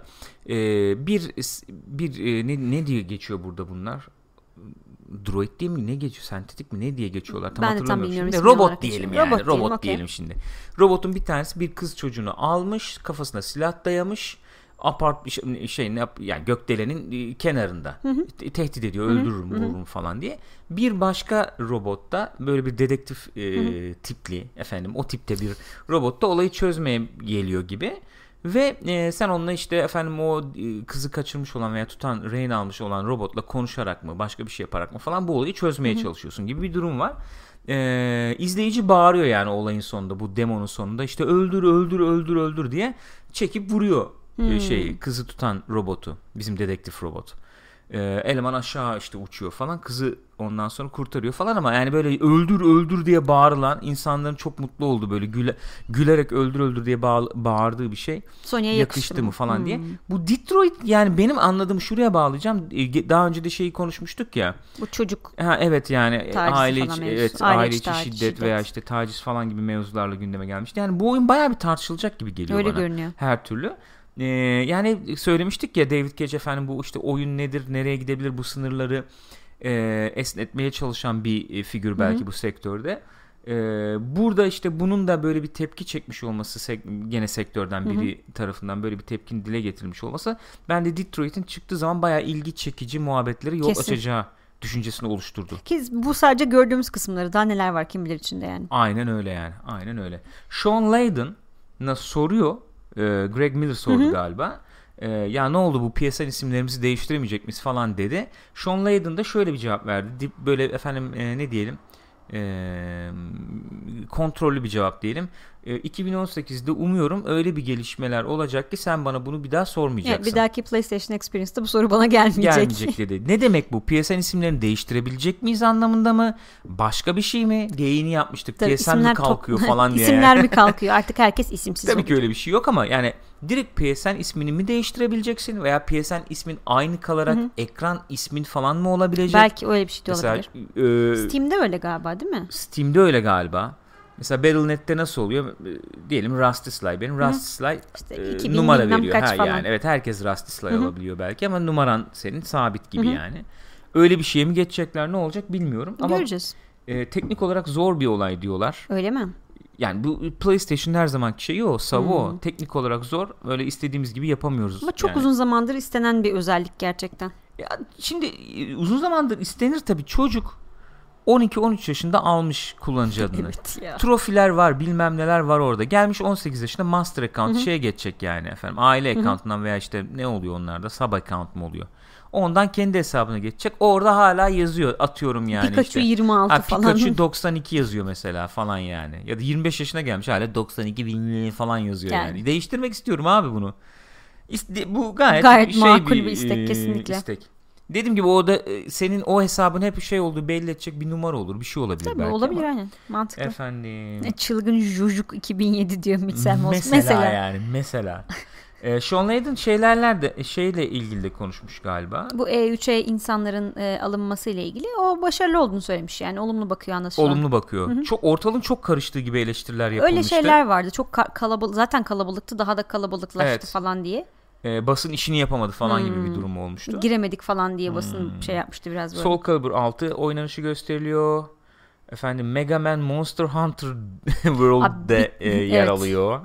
Speaker 1: Ne diye geçiyor burada bunlar? Droid diye mi ne geçiyor? Sentetik mi ne diye geçiyorlar? Tam hatırlamıyorum. Şimdi robot diyelim yani. Robot diyelim şimdi. Robotun bir tanesi bir kız çocuğunu almış, kafasına silah dayamış. Yani gökdelenin kenarında tehdit ediyor, öldürürüm, vururum falan diye. Bir başka robotta böyle bir dedektif tipli, o tipte bir robotta olayı çözmeye geliyor gibi. Ve sen onunla işte o kızı kaçırmış olan veya rehin almış olan robotla konuşarak mı, başka bir şey yaparak mı falan bu olayı çözmeye çalışıyorsun gibi bir durum var. İzleyici bağırıyor yani olayın sonunda, bu demonun sonunda işte öldür diye çekip vuruyor kızı tutan robotu, bizim dedektif robot. Eleman aşağı işte uçuyor falan, kızı ondan sonra kurtarıyor falan, ama yani böyle öldür diye bağırılan, insanların çok mutlu oldu, böyle gülerek öldür diye bağırdığı bir şey
Speaker 2: Sonya'ya
Speaker 1: yakıştı mı falan diye. Bu Detroit, yani benim anladığım, şuraya bağlayacağım, daha önce de şeyi konuşmuştuk ya,
Speaker 2: bu çocuk
Speaker 1: evet yani aile içi şiddet veya işte taciz falan gibi mevzularla gündeme gelmişti. Yani bu oyun bayağı bir tartışılacak gibi geliyor
Speaker 2: öyle
Speaker 1: bana.
Speaker 2: Görünüyor.
Speaker 1: Her türlü. Yani söylemiştik ya, David Cage bu işte oyun nedir, nereye gidebilir, bu sınırları esnetmeye çalışan bir figür belki bu sektörde. Burada işte bunun da böyle bir tepki çekmiş olması, gene sektörden biri tarafından böyle bir tepkinin dile getirilmiş olması, ben de Detroit'in çıktığı zaman bayağı ilgi çekici muhabbetlere yol açacağı düşüncesini oluşturdu.
Speaker 2: Ki bu sadece gördüğümüz kısımları, daha neler var kim bilir içinde yani.
Speaker 1: Aynen öyle yani. Aynen öyle. Sean Layden'a soruyor. Greg Miller sordu galiba. Ya ne oldu, bu PSN isimlerimizi değiştiremeyecek miyiz falan dedi. Sean Layden da şöyle bir cevap verdi. Böyle ne diyelim, kontrollü bir cevap diyelim. 2018'de umuyorum öyle bir gelişmeler olacak ki sen bana bunu bir daha sormayacaksın.
Speaker 2: Bir dahaki PlayStation Experience'da bu soru bana gelmeyecek
Speaker 1: dedi. Ne demek bu? PSN isimlerini değiştirebilecek miyiz anlamında mı? Başka bir şey mi? Geyini yapmıştık.
Speaker 2: Tabii,
Speaker 1: PSN mi kalkıyor falan diye.
Speaker 2: İsimler mi kalkıyor? Artık herkes isimsiz
Speaker 1: Tabii ki öyle bir şey yok, ama yani direkt PSN ismini mi değiştirebileceksin veya PSN ismin aynı kalarak ekran ismin falan mı olabilecek?
Speaker 2: Belki öyle bir şey de olabilir. Steam'de öyle galiba, değil mi?
Speaker 1: Steam'de öyle galiba. Mesela Battle.net'te nasıl oluyor? Diyelim Rusty Sly. Benim Rusty Sly işte numara veriyor. Yani evet, herkes Rusty Sly olabiliyor belki, ama numaran senin sabit gibi yani. Öyle bir şeye mi geçecekler, ne olacak bilmiyorum.
Speaker 2: Göreceğiz.
Speaker 1: Ama teknik olarak zor bir olay diyorlar.
Speaker 2: Öyle mi?
Speaker 1: Yani bu PlayStation her zamanki şeyi o, savı o. Teknik olarak zor. Öyle istediğimiz gibi yapamıyoruz.
Speaker 2: Ama çok uzun zamandır istenen bir özellik gerçekten.
Speaker 1: Ya şimdi uzun zamandır istenir tabii. Çocuk 12-13 yaşında almış kullanıcı adını.
Speaker 2: Evet ya.
Speaker 1: Trofiler var, bilmem neler var orada. Gelmiş 18 yaşında master account şeye geçecek yani aile account'undan veya işte ne oluyor onlarda, sub account mu oluyor? Ondan kendi hesabına geçecek. Orada hala yazıyor, atıyorum yani.
Speaker 2: Pikachu işte 26 falan.
Speaker 1: Pikachu 92 yazıyor mesela falan yani. Ya da 25 yaşına gelmiş hala 92 bin falan yazıyor yani. Değiştirmek istiyorum abi bunu. Bu gayet
Speaker 2: makul bir istek, kesinlikle.
Speaker 1: İstek. Dediğim gibi orada senin o hesabın hep belli edecek bir numara olur. Bir şey olabilir
Speaker 2: tabii,
Speaker 1: belki.
Speaker 2: Olabilir aynen. Mantıklı.
Speaker 1: Efendim.
Speaker 2: Çılgın Jujuk 2007 diyor Mitchell Moss.
Speaker 1: Mesela. Sean Layden şeyle ilgili de konuşmuş galiba.
Speaker 2: Bu E3'e insanların alınması ile ilgili o başarılı olduğunu söylemiş, yani olumlu bakıyor anlaşılan.
Speaker 1: Olumlu bakıyor. Ortalığın çok karıştığı gibi eleştiriler yapılmıştı.
Speaker 2: Öyle şeyler vardı. Çok zaten kalabalıktı, daha da kalabalıklaştı falan diye.
Speaker 1: Basın işini yapamadı falan gibi bir durum olmuştu.
Speaker 2: Giremedik falan diye basın yapmıştı biraz böyle.
Speaker 1: Soul Calibur 6 oynanışı gösteriliyor. Mega Man Monster Hunter World'de yer alıyor.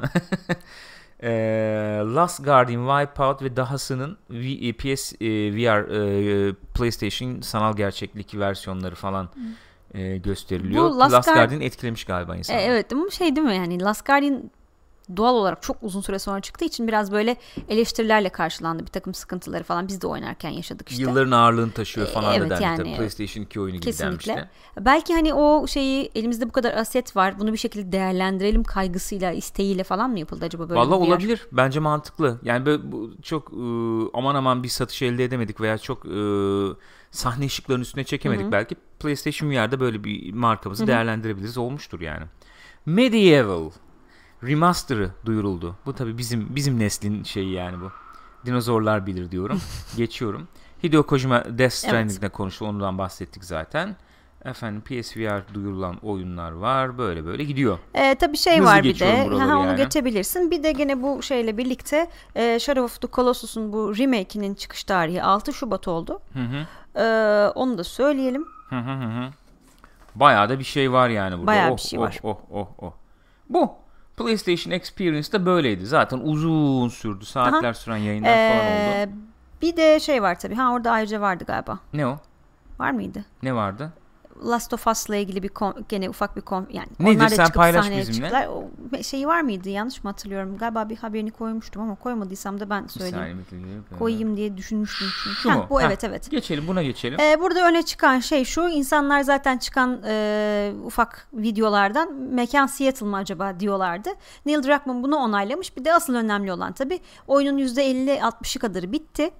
Speaker 1: Last Guardian, Wipeout ve dahasının PS VR PlayStation sanal gerçeklik versiyonları falan gösteriliyor. Last Guardian etkilemiş galiba insanları.
Speaker 2: Evet, ama değil mi yani, Last Guardian doğal olarak çok uzun süre sonra çıktığı için biraz böyle eleştirilerle karşılandı. Bir takım sıkıntıları falan biz de oynarken yaşadık işte.
Speaker 1: Yılların ağırlığını taşıyor falan
Speaker 2: evet,
Speaker 1: da dendi.
Speaker 2: Yani,
Speaker 1: PlayStation 2 oyunu gibi denmişti.
Speaker 2: Belki o elimizde bu kadar aset var, bunu bir şekilde değerlendirelim kaygısıyla, isteğiyle falan mı yapıldı acaba böyle?
Speaker 1: Vallahi olabilir. Bence mantıklı. Yani böyle çok aman bir satış elde edemedik veya çok sahne ışıklarının üstüne çekemedik belki. PlayStation VR'da böyle bir markamızı değerlendirebiliriz. Olmuştur yani. Medieval Remaster'ı duyuruldu. Bu tabii bizim neslin şeyi yani bu. Dinozorlar bilir diyorum. Geçiyorum. Hideo Kojima Death Stranding'de konuştu. Ondan bahsettik zaten. Efendim PSVR duyurulan oyunlar var. Böyle gidiyor.
Speaker 2: Tabii hızlı var bir de. Onu geçebilirsin. Bir de gene bu şeyle birlikte Shadow of the Colossus'un bu remake'inin çıkış tarihi 6 Şubat oldu. Onu da söyleyelim.
Speaker 1: Bayağı da bir şey var yani burada.
Speaker 2: Bayağı bir şey var.
Speaker 1: Bu PlayStation Experience'da böyleydi. Zaten uzun sürdü. Saatler süren yayınlar falan oldu.
Speaker 2: Bir de var tabii. Orada ayrıca vardı galiba.
Speaker 1: Ne o?
Speaker 2: Var mıydı?
Speaker 1: Ne vardı?
Speaker 2: Last of Us'la ilgili gene ufak bir yani
Speaker 1: nedir?
Speaker 2: Onlar da
Speaker 1: sen paylaş
Speaker 2: bizimle.
Speaker 1: Çıktılar.
Speaker 2: O şeyi var mıydı? Yanlış mı hatırlıyorum? Galiba bir haberini koymuştum ama koymadıysam da ben söyleyeyim. Koyayım diye düşünmüştüm. Bu evet.
Speaker 1: Buna geçelim.
Speaker 2: Burada öne çıkan şey şu. İnsanlar zaten çıkan ufak videolardan mekan Seattle mı acaba diyorlardı. Neil Druckmann bunu onaylamış. Bir de asıl önemli olan tabii oyunun %50-60'ı kadarı bitti.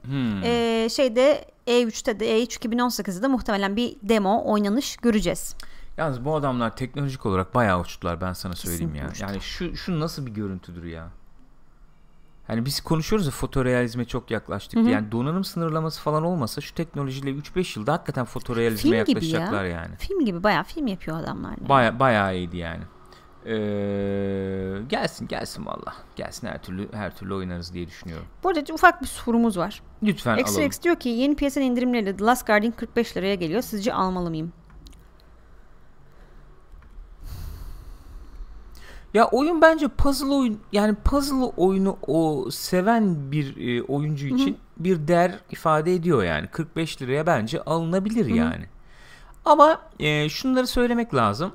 Speaker 2: E3'te de E3 2018'de muhtemelen bir demo oynanış göreceğiz.
Speaker 1: Yalnız bu adamlar teknolojik olarak bayağı uçtular, ben sana söyleyeyim ya.
Speaker 2: Uçtular.
Speaker 1: Yani şu nasıl bir görüntüdür ya. Hani biz konuşuyoruz ya, fotorealizme çok yaklaştık. Yani donanım sınırlaması falan olmasa şu teknolojiyle 3-5 yılda hakikaten fotorealizme yaklaşacaklar yani.
Speaker 2: Film gibi, bayağı film yapıyor adamlar.
Speaker 1: Bayağı iyiydi yani. Gelsin valla. Gelsin, her türlü oynarız diye düşünüyorum.
Speaker 2: Bu arada ufak bir sorumuz var.
Speaker 1: Lütfen alalım.
Speaker 2: XX diyor ki yeni piyasanın indirimleriyle The Last Guardian 45 liraya geliyor. Sizce almalı mıyım?
Speaker 1: Ya oyun bence puzzle oyun, yani puzzle oyunu seven bir oyuncu için bir değer ifade ediyor yani. 45 liraya bence alınabilir yani. Ama şunları söylemek lazım.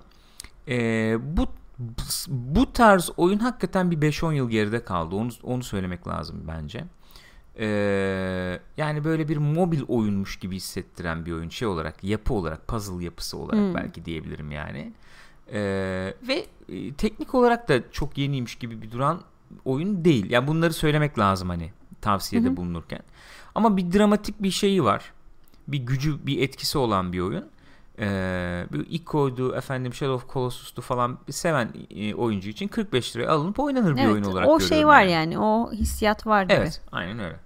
Speaker 1: Bu tarz oyun hakikaten bir 5-10 yıl geride kaldı. Onu söylemek lazım bence. Yani böyle bir mobil oyunmuş gibi hissettiren bir oyun olarak, yapı olarak, puzzle yapısı olarak belki diyebilirim yani. Ve teknik olarak da çok yeniymiş gibi bir duran oyun değil. Yani bunları söylemek lazım hani tavsiyede bulunurken. Ama bir dramatik bir şeyi var. Bir gücü, bir etkisi olan bir oyun. Ico'du, Shadow of Colossus'tu falan seven oyuncu için 45 liraya alınıp oynanır bir oyun olarak görüyorum.
Speaker 2: O şey var yani. O hissiyat var gibi.
Speaker 1: Evet, aynen öyle.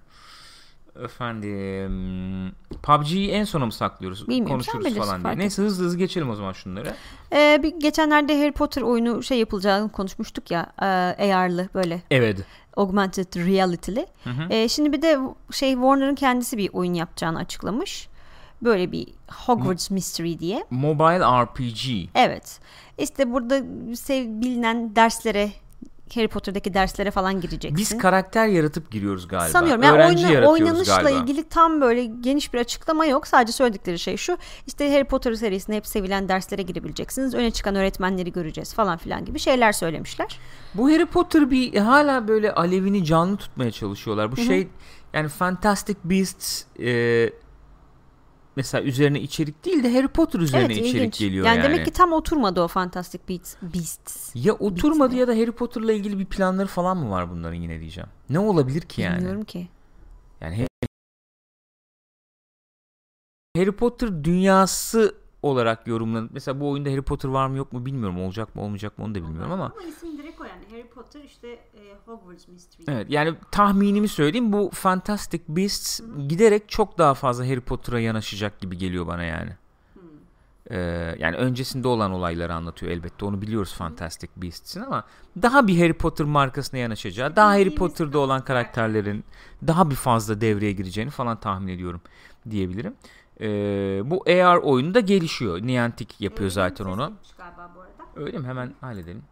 Speaker 1: PUBG'yi en sona mı saklıyoruz?
Speaker 2: Bilmiyorum,
Speaker 1: konuşuruz falan diye. Neyse hızlı geçelim o zaman şunları.
Speaker 2: Geçenlerde Harry Potter oyunu yapılacağını konuşmuştuk ya. AR'lı böyle.
Speaker 1: Evet.
Speaker 2: Augmented Reality'li. Şimdi bir de Warner'ın kendisi bir oyun yapacağını açıklamış. Böyle bir Hogwarts Mystery diye.
Speaker 1: Mobile RPG.
Speaker 2: Evet. İşte burada bilinen derslere, Harry Potter'daki derslere falan gireceksin.
Speaker 1: Biz karakter yaratıp giriyoruz galiba.
Speaker 2: Sanıyorum. Yani oynanışla ilgili tam böyle geniş bir açıklama yok. Sadece söyledikleri şey şu. İşte Harry Potter serisinde hep sevilen derslere girebileceksiniz. Öne çıkan öğretmenleri göreceğiz falan filan gibi şeyler söylemişler.
Speaker 1: Bu Harry Potter bir hala böyle alevini canlı tutmaya çalışıyorlar. Bu yani Fantastic Beasts mesela üzerine içerik değil de Harry Potter üzerine içerik geliyor yani.
Speaker 2: Demek ki tam oturmadı o Fantastic Beasts.
Speaker 1: Ya oturmadı ya da Harry Potter'la ilgili bir planları falan mı var bunların yine diyeceğim. Ne olabilir ki yani?
Speaker 2: Bilmiyorum ki.
Speaker 1: Yani Harry Potter dünyası olarak yorumlanıp mesela bu oyunda Harry Potter var mı yok mu bilmiyorum. Olacak mı olmayacak mı onu da bilmiyorum ama.
Speaker 2: Ama isim direkt o yani. Harry Potter Hogwarts Mystery.
Speaker 1: Evet, yani tahminimi söyleyeyim, bu Fantastic Beasts giderek çok daha fazla Harry Potter'a yanaşacak gibi geliyor bana yani. Yani öncesinde olan olayları anlatıyor elbette, onu biliyoruz Fantastic Beasts'in, ama daha bir Harry Potter markasına yanaşacağı, daha Harry Potter'da olan karakterlerin daha bir fazla devreye gireceğini falan tahmin ediyorum diyebilirim. Bu AR oyunu da gelişiyor. Niantic yapıyor zaten onu. Öyle mi? Hemen halledelim.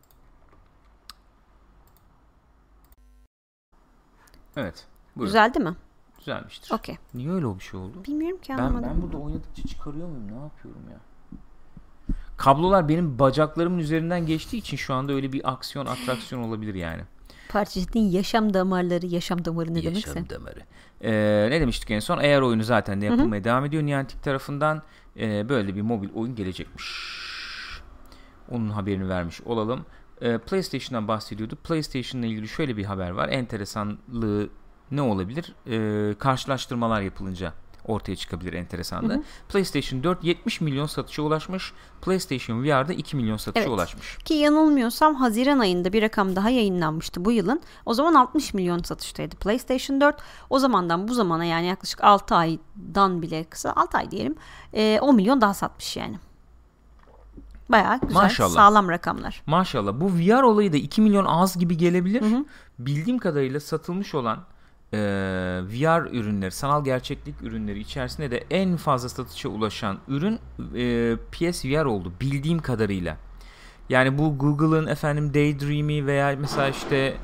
Speaker 1: Evet. Buyurun.
Speaker 2: Güzeldi mi?
Speaker 1: Güzelmiştir.
Speaker 2: Okay.
Speaker 1: Niye öyle bir şey oldu?
Speaker 2: Bilmiyorum ki, anlamadım.
Speaker 1: Ben burada oynadıkça çıkarıyor muyum? Ne yapıyorum ya? Kablolar benim bacaklarımın üzerinden geçtiği için şu anda öyle bir atraksiyon olabilir yani.
Speaker 2: Parçasının yaşam damarı ne demekse.
Speaker 1: Yaşam damarı. Ne demiştik en son? AR oyunu zaten de yapılmaya devam ediyor Niantic tarafından. Böyle bir mobil oyun gelecekmiş. Onun haberini vermiş olalım. PlayStation'dan bahsediyorduk. PlayStation'la ilgili şöyle bir haber var. Enteresanlığı ne olabilir? Karşılaştırmalar yapılınca ortaya çıkabilir enteresan da. PlayStation 4 70 milyon satışa ulaşmış. PlayStation VR'da 2 milyon satışa ulaşmış.
Speaker 2: Ki yanılmıyorsam Haziran ayında bir rakam daha yayınlanmıştı bu yılın. O zaman 60 milyon satıştaydı PlayStation 4. O zamandan bu zamana yani yaklaşık 6 aydan bile kısa 6 ay diyelim 10 milyon daha satmış yani. Bayağı güzel, maşallah, sağlam rakamlar.
Speaker 1: Maşallah. Bu VR olayı da 2 milyon az gibi gelebilir. Bildiğim kadarıyla satılmış olan VR ürünleri, sanal gerçeklik ürünleri içerisinde de en fazla satışa ulaşan ürün PSVR oldu bildiğim kadarıyla. Yani bu Google'ın Daydream'i veya mesela işte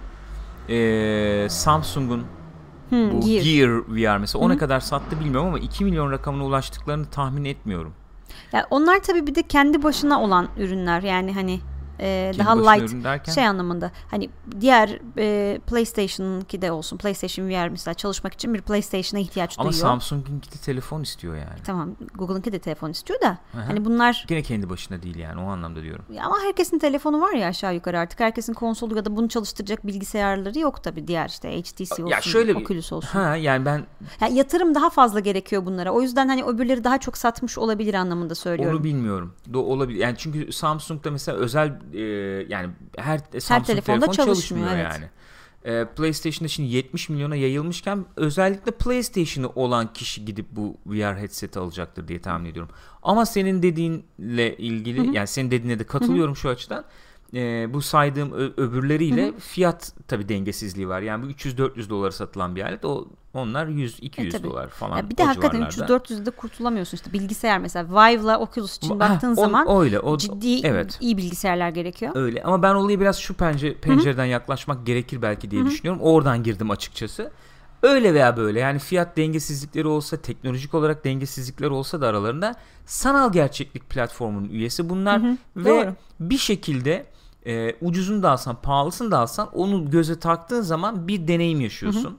Speaker 1: Samsung'un bu Gear VR mesela o ne kadar sattı bilmiyorum ama 2 milyon rakamına ulaştıklarını tahmin etmiyorum.
Speaker 2: Ya onlar tabii bir de kendi başına olan ürünler yani hani daha light şey anlamında hani diğer PlayStation'ınki de olsun, PlayStation VR mesela çalışmak için bir PlayStation'a ihtiyaç duyuyor.
Speaker 1: Ama Samsung'unki de telefon istiyor yani.
Speaker 2: Tamam, Google'ınki de telefon istiyor da hani bunlar
Speaker 1: gene kendi başına değil yani, o anlamda diyorum.
Speaker 2: Ya ama herkesin telefonu var ya aşağı yukarı artık. Herkesin konsolu ya da bunu çalıştıracak bilgisayarları yok tabii, diğer işte HTC olsun, ya şöyle Oculus olsun.
Speaker 1: Yani ben
Speaker 2: yatırım daha fazla gerekiyor bunlara. O yüzden hani öbürleri daha çok satmış olabilir anlamında söylüyorum.
Speaker 1: Onu bilmiyorum. Olabilir. Yani çünkü Samsung'da mesela özel yani her Samsung telefon çalışmıyor yani. PlayStation'da şimdi 70 milyona yayılmışken özellikle PlayStation'ı olan kişi gidip bu VR headset'i alacaktır diye tahmin ediyorum. Ama senin dediğinle ilgili yani senin dediğine de katılıyorum şu açıdan. Bu saydığım öbürleriyle fiyat tabii dengesizliği var. Yani bu 300-400 dolara satılan bir alet. Onlar 100-200 dolar falan.
Speaker 2: Bir de hakikaten 300-400'de kurtulamıyorsun işte. Bilgisayar mesela Vive'la Oculus için baktığın zaman ciddi iyi bilgisayarlar gerekiyor.
Speaker 1: Öyle ama ben olayı biraz şu pencereden yaklaşmak gerekir belki diye düşünüyorum. Oradan girdim açıkçası. Öyle veya böyle yani fiyat dengesizlikleri olsa, teknolojik olarak dengesizlikler olsa da aralarında sanal gerçeklik platformunun üyesi bunlar ve doğru. Bir şekilde ucuzunu da alsan, pahalısını da alsan onu göze taktığın zaman bir deneyim yaşıyorsun.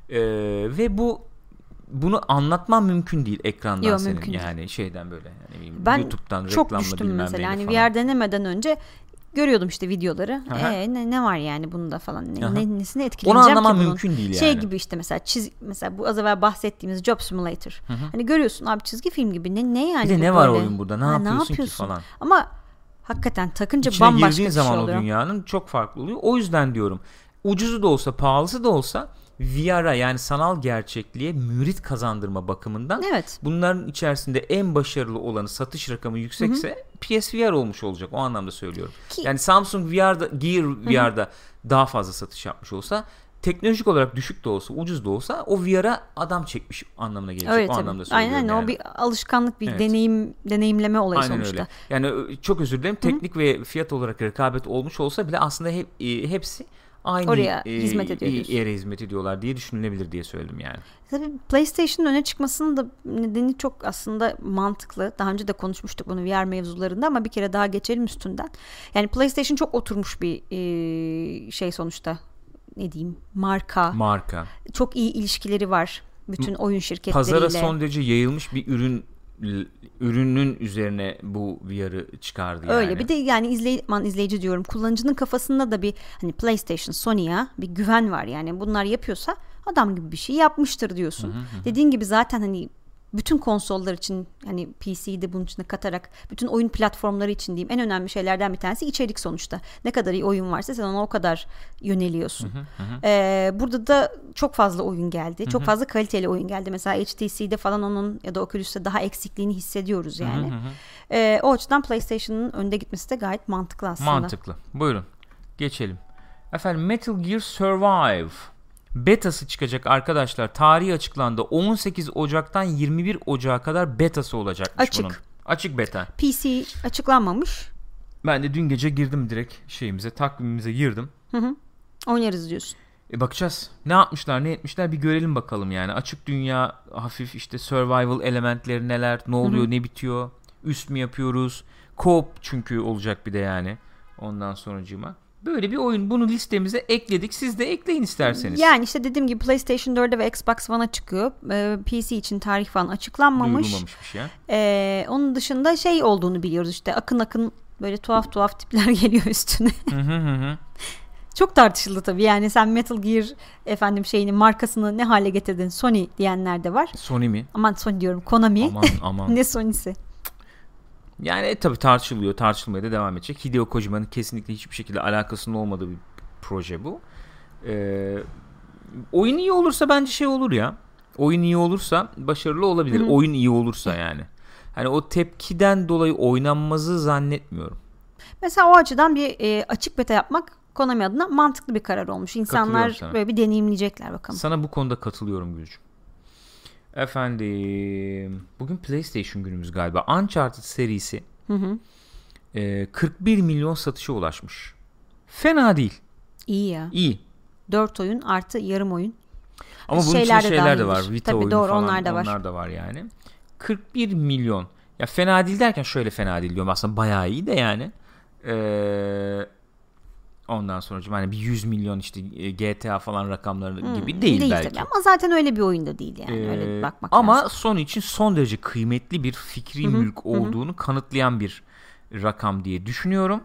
Speaker 1: Ve bunu anlatman mümkün değil ekrandan.
Speaker 2: Yok,
Speaker 1: senin
Speaker 2: mümkün
Speaker 1: yani
Speaker 2: değil.
Speaker 1: Şeyden böyle
Speaker 2: ben
Speaker 1: YouTube'dan
Speaker 2: çok düştüm mesela yani VR denemeden önce görüyordum işte videoları. Ne var yani bunda falan. Nesine etkileneceğim
Speaker 1: onu anlaman
Speaker 2: ki
Speaker 1: mümkün değil yani.
Speaker 2: Şey gibi işte mesela bu az evvel bahsettiğimiz Job Simulator. Hani görüyorsun abi, çizgi film gibi. Ne yani?
Speaker 1: Bir de ne var oyun burada? Ne yapıyorsun ki falan.
Speaker 2: Ama hakikaten takınca
Speaker 1: İçine
Speaker 2: bambaşka bir
Speaker 1: şey oluyor.
Speaker 2: zaman
Speaker 1: o dünyanın çok farklı oluyor. O yüzden diyorum. Ucuzu da olsa, pahalısı da olsa VR'a yani sanal gerçekliğe mürit kazandırma bakımından bunların içerisinde en başarılı olanı, satış rakamı yüksekse PSVR olmuş olacak. O anlamda söylüyorum. Yani Samsung VR'da, Gear VR'da daha fazla satış yapmış olsa, teknolojik olarak düşük de olsa, ucuz da olsa o VR'a adam çekmiş anlamına gelecek.
Speaker 2: Öyle,
Speaker 1: o anlamda söylüyorum.
Speaker 2: Aynen yani. O bir alışkanlık, bir deneyimleme olayı
Speaker 1: aynen
Speaker 2: sonuçta.
Speaker 1: Öyle. Yani çok özür dilerim. Teknik ve fiyat olarak rekabet olmuş olsa bile aslında hepsi aynı
Speaker 2: oraya hizmet ediyor.
Speaker 1: Yere hizmet ediyorlar diye düşünülebilir diye söyledim yani.
Speaker 2: Tabii PlayStation'ın öne çıkmasının da nedeni çok aslında mantıklı. Daha önce de konuşmuştuk bunu VR mevzularında ama bir kere daha geçelim üstünden. Yani PlayStation çok oturmuş bir şey sonuçta. Ne diyeyim? Marka. Çok iyi ilişkileri var bütün oyun şirketleriyle.
Speaker 1: Pazara son derece yayılmış bir ürünün üzerine bu VR'ı çıkardı yani.
Speaker 2: Öyle bir de yani izleyici diyorum, kullanıcının kafasında da bir hani PlayStation, Sony'ya bir güven var yani, bunlar yapıyorsa adam gibi bir şey yapmıştır diyorsun. Dediğin gibi zaten hani bütün konsollar için, hani PC'yi de bunun içine katarak bütün oyun platformları için diyeyim, en önemli şeylerden bir tanesi içerik sonuçta. Ne kadar iyi oyun varsa sen ona o kadar yöneliyorsun. Burada da çok fazla oyun geldi. Çok fazla kaliteli oyun geldi. Mesela HTC'de falan onun ya da Oculus'ta daha eksikliğini hissediyoruz yani. O açıdan PlayStation'ın önde gitmesi de gayet mantıklı aslında.
Speaker 1: Mantıklı. Buyurun. Geçelim. Efendim, Metal Gear Survive betası çıkacak arkadaşlar. Tarihi açıklandı. 18 Ocak'tan 21 Ocak'a kadar betası olacakmış bunun. Açık beta.
Speaker 2: PC açıklanmamış.
Speaker 1: Ben de dün gece girdim direkt takvimimize girdim.
Speaker 2: Oynarız diyorsun.
Speaker 1: Bakacağız. Ne yapmışlar, ne etmişler bir görelim bakalım yani. Açık dünya, hafif işte survival elementleri neler, ne oluyor, ne bitiyor. Üst mü yapıyoruz? Co-op çünkü olacak bir de yani. Ondan sonracığıma. Böyle bir oyun. Bunu listemize ekledik. Siz de ekleyin isterseniz.
Speaker 2: Yani işte dediğim gibi PlayStation 4'e ve Xbox One'a çıkıyor. PC için tarih falan açıklanmamış.
Speaker 1: Duyurulmamışmış ya.
Speaker 2: Onun dışında şey olduğunu biliyoruz işte. Akın böyle tuhaf tipler geliyor üstüne. Çok tartışıldı tabii. Yani sen Metal Gear şeyinin markasını ne hale getirdin? Sony diyenler de var.
Speaker 1: Sony mi?
Speaker 2: Aman Sony diyorum. Konami.
Speaker 1: Aman.
Speaker 2: Ne Sony'si?
Speaker 1: Yani tabii tartışılıyor. Tartışılmaya da devam edecek. Hideo Kojima'nın kesinlikle hiçbir şekilde alakasının olmadığı bir proje bu. Oyun iyi olursa bence olur ya. Oyun iyi olursa başarılı olabilir. Oyun iyi olursa yani. Hani o tepkiden dolayı oynanmazı zannetmiyorum.
Speaker 2: Mesela o açıdan bir açık beta yapmak Konami adına mantıklı bir karar olmuş. İnsanlar böyle bir deneyimleyecekler bakalım.
Speaker 1: Sana bu konuda katılıyorum Gülcüm. Efendim, bugün PlayStation günümüz galiba. Uncharted serisi 41 milyon satışa ulaşmış. Fena değil.
Speaker 2: İyi ya.
Speaker 1: İyi.
Speaker 2: 4 oyun artı yarım oyun.
Speaker 1: Ama bunun için şeyler de var. Vita
Speaker 2: tabii
Speaker 1: oyunu
Speaker 2: doğru,
Speaker 1: falan
Speaker 2: onlar
Speaker 1: da var yani. 41 milyon. Ya fena değil derken şöyle fena değil diyorum. Aslında bayağı iyi de yani. Ondan sonra hani bir 100 milyon işte GTA falan rakamları gibi değil belki.
Speaker 2: Tabii. Ama zaten öyle bir oyunda değil yani. Öyle bir bakmak
Speaker 1: ama
Speaker 2: lazım.
Speaker 1: Sony için son derece kıymetli bir fikri mülk olduğunu kanıtlayan bir rakam diye düşünüyorum.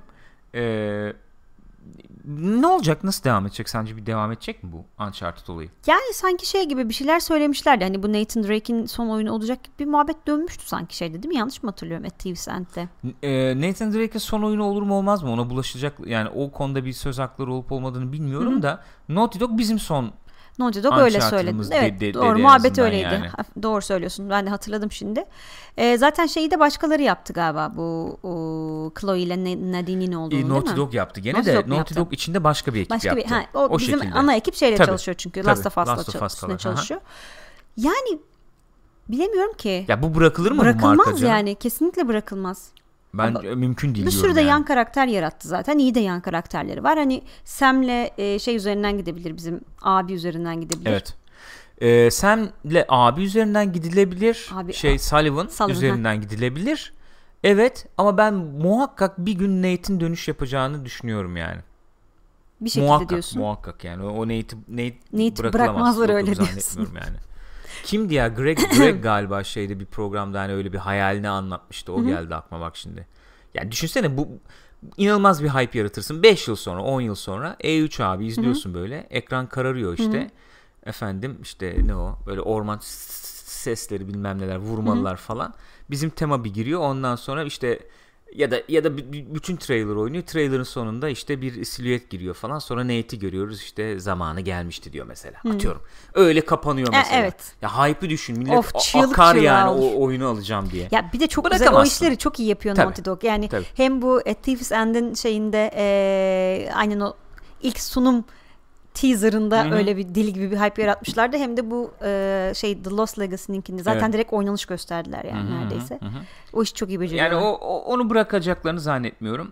Speaker 1: Ne olacak? Nasıl devam edecek? Sence bir devam edecek mi bu Uncharted olayı?
Speaker 2: Yani sanki gibi bir şeyler söylemişlerdi. Hani bu Nathan Drake'in son oyunu olacak gibi bir muhabbet dönmüştü sanki değil mi? Yanlış mı hatırlıyorum At Thieves End'de?
Speaker 1: Nathan Drake'in son oyunu olur mu olmaz mı? Ona bulaşacak yani o konuda bir söz hakları olup olmadığını bilmiyorum da Naughty Dog bizim son
Speaker 2: Naughty Dog öyle söyledi. Evet, doğru, muhabbet öyleydi. Yani. Doğru söylüyorsun. Ben de hatırladım şimdi. Zaten şeyi de başkaları yaptı galiba. Bu Chloe ile Nadine'in olduğunu değil mi?
Speaker 1: Naughty Dog yaptı gene de Naughty Dog içinde başka bir ekip yaptı.
Speaker 2: O bizim şekilde. Ana ekip çalışıyor çünkü. Last of Us'la çalışıyor. Yani bilemiyorum ki.
Speaker 1: Ya bu bırakılır mı bu marka?
Speaker 2: Bırakılmaz yani. Kesinlikle bırakılmaz.
Speaker 1: Ben mümkün değil
Speaker 2: bir sürü de yan karakter yarattı zaten. İyi de yan karakterleri var. Hani Sam'le üzerinden gidebilir, bizim abi üzerinden gidebilir.
Speaker 1: Evet. Sam'le abi üzerinden gidilebilir. Sullivan üzerinden gidilebilir. Evet ama ben muhakkak bir gün Nate'in dönüş yapacağını düşünüyorum yani.
Speaker 2: Bir şekilde diyorsun.
Speaker 1: Muhakkak yani. O
Speaker 2: Nate bırakmazlar öyle diyorsun.
Speaker 1: Yani. Kimdi ya? Greg galiba bir programda hani öyle bir hayalini anlatmıştı. O geldi aklıma bak şimdi. Yani düşünsene bu inanılmaz bir hype yaratırsın. 5 yıl sonra 10 yıl sonra E3 abi izliyorsun böyle. Ekran kararıyor işte. Efendim işte ne o? Böyle orman sesleri bilmem neler vurmalılar falan. Bizim tema bir giriyor. Ondan sonra işte ya da bütün trailer oynuyor. Trailer'ın sonunda işte bir silüet giriyor falan. Sonra Nate'i görüyoruz işte zamanı gelmişti diyor mesela. Atıyorum. Öyle kapanıyor mesela.
Speaker 2: Evet.
Speaker 1: Ya hype'ı düşün. Millet akar yani o oyunu alacağım diye.
Speaker 2: Ya bir de çok güzel o işleri çok iyi yapıyor Naughty Dog. Yani hem bu At Thieves End'in aynen o ilk sunum teaser'ında öyle bir deli gibi bir hype yaratmışlardı. Hem de bu The Lost Legacy'ninkinde zaten direkt oynanış gösterdiler yani neredeyse. O iş çok iyi beceriyorlar.
Speaker 1: Yani onu bırakacaklarını zannetmiyorum.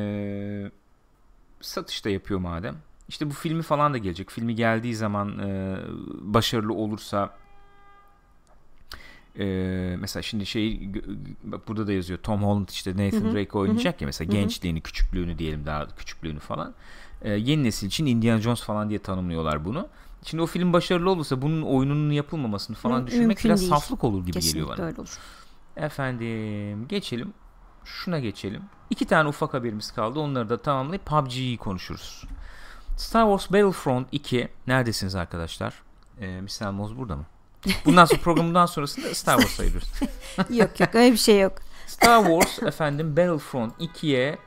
Speaker 1: Satışta yapıyor madem. İşte bu filmi falan da gelecek. Filmi geldiği zaman başarılı olursa mesela şimdi bak burada da yazıyor. Tom Holland işte Nathan Drake oynayacak ya mesela gençliğini, küçüklüğünü diyelim daha küçüklüğünü falan. Yeni nesil için Indiana Jones falan diye tanımlıyorlar bunu. Şimdi o film başarılı olursa bunun oyununun yapılmamasını falan düşünmek biraz saflık olur gibi
Speaker 2: kesinlikle
Speaker 1: geliyor bana.
Speaker 2: Öyle olur.
Speaker 1: Efendim geçelim. Şuna geçelim. 2 tane ufak haberimiz kaldı. Onları da tamamlayıp PUBG'yi konuşuruz. Star Wars Battlefront 2 neredesiniz arkadaşlar? Mr. Elmoz burada mı? Bundan sonra programından sonrasında Star Wars sayıyoruz.
Speaker 2: Yok öyle bir şey yok.
Speaker 1: Star Wars Battlefront 2'ye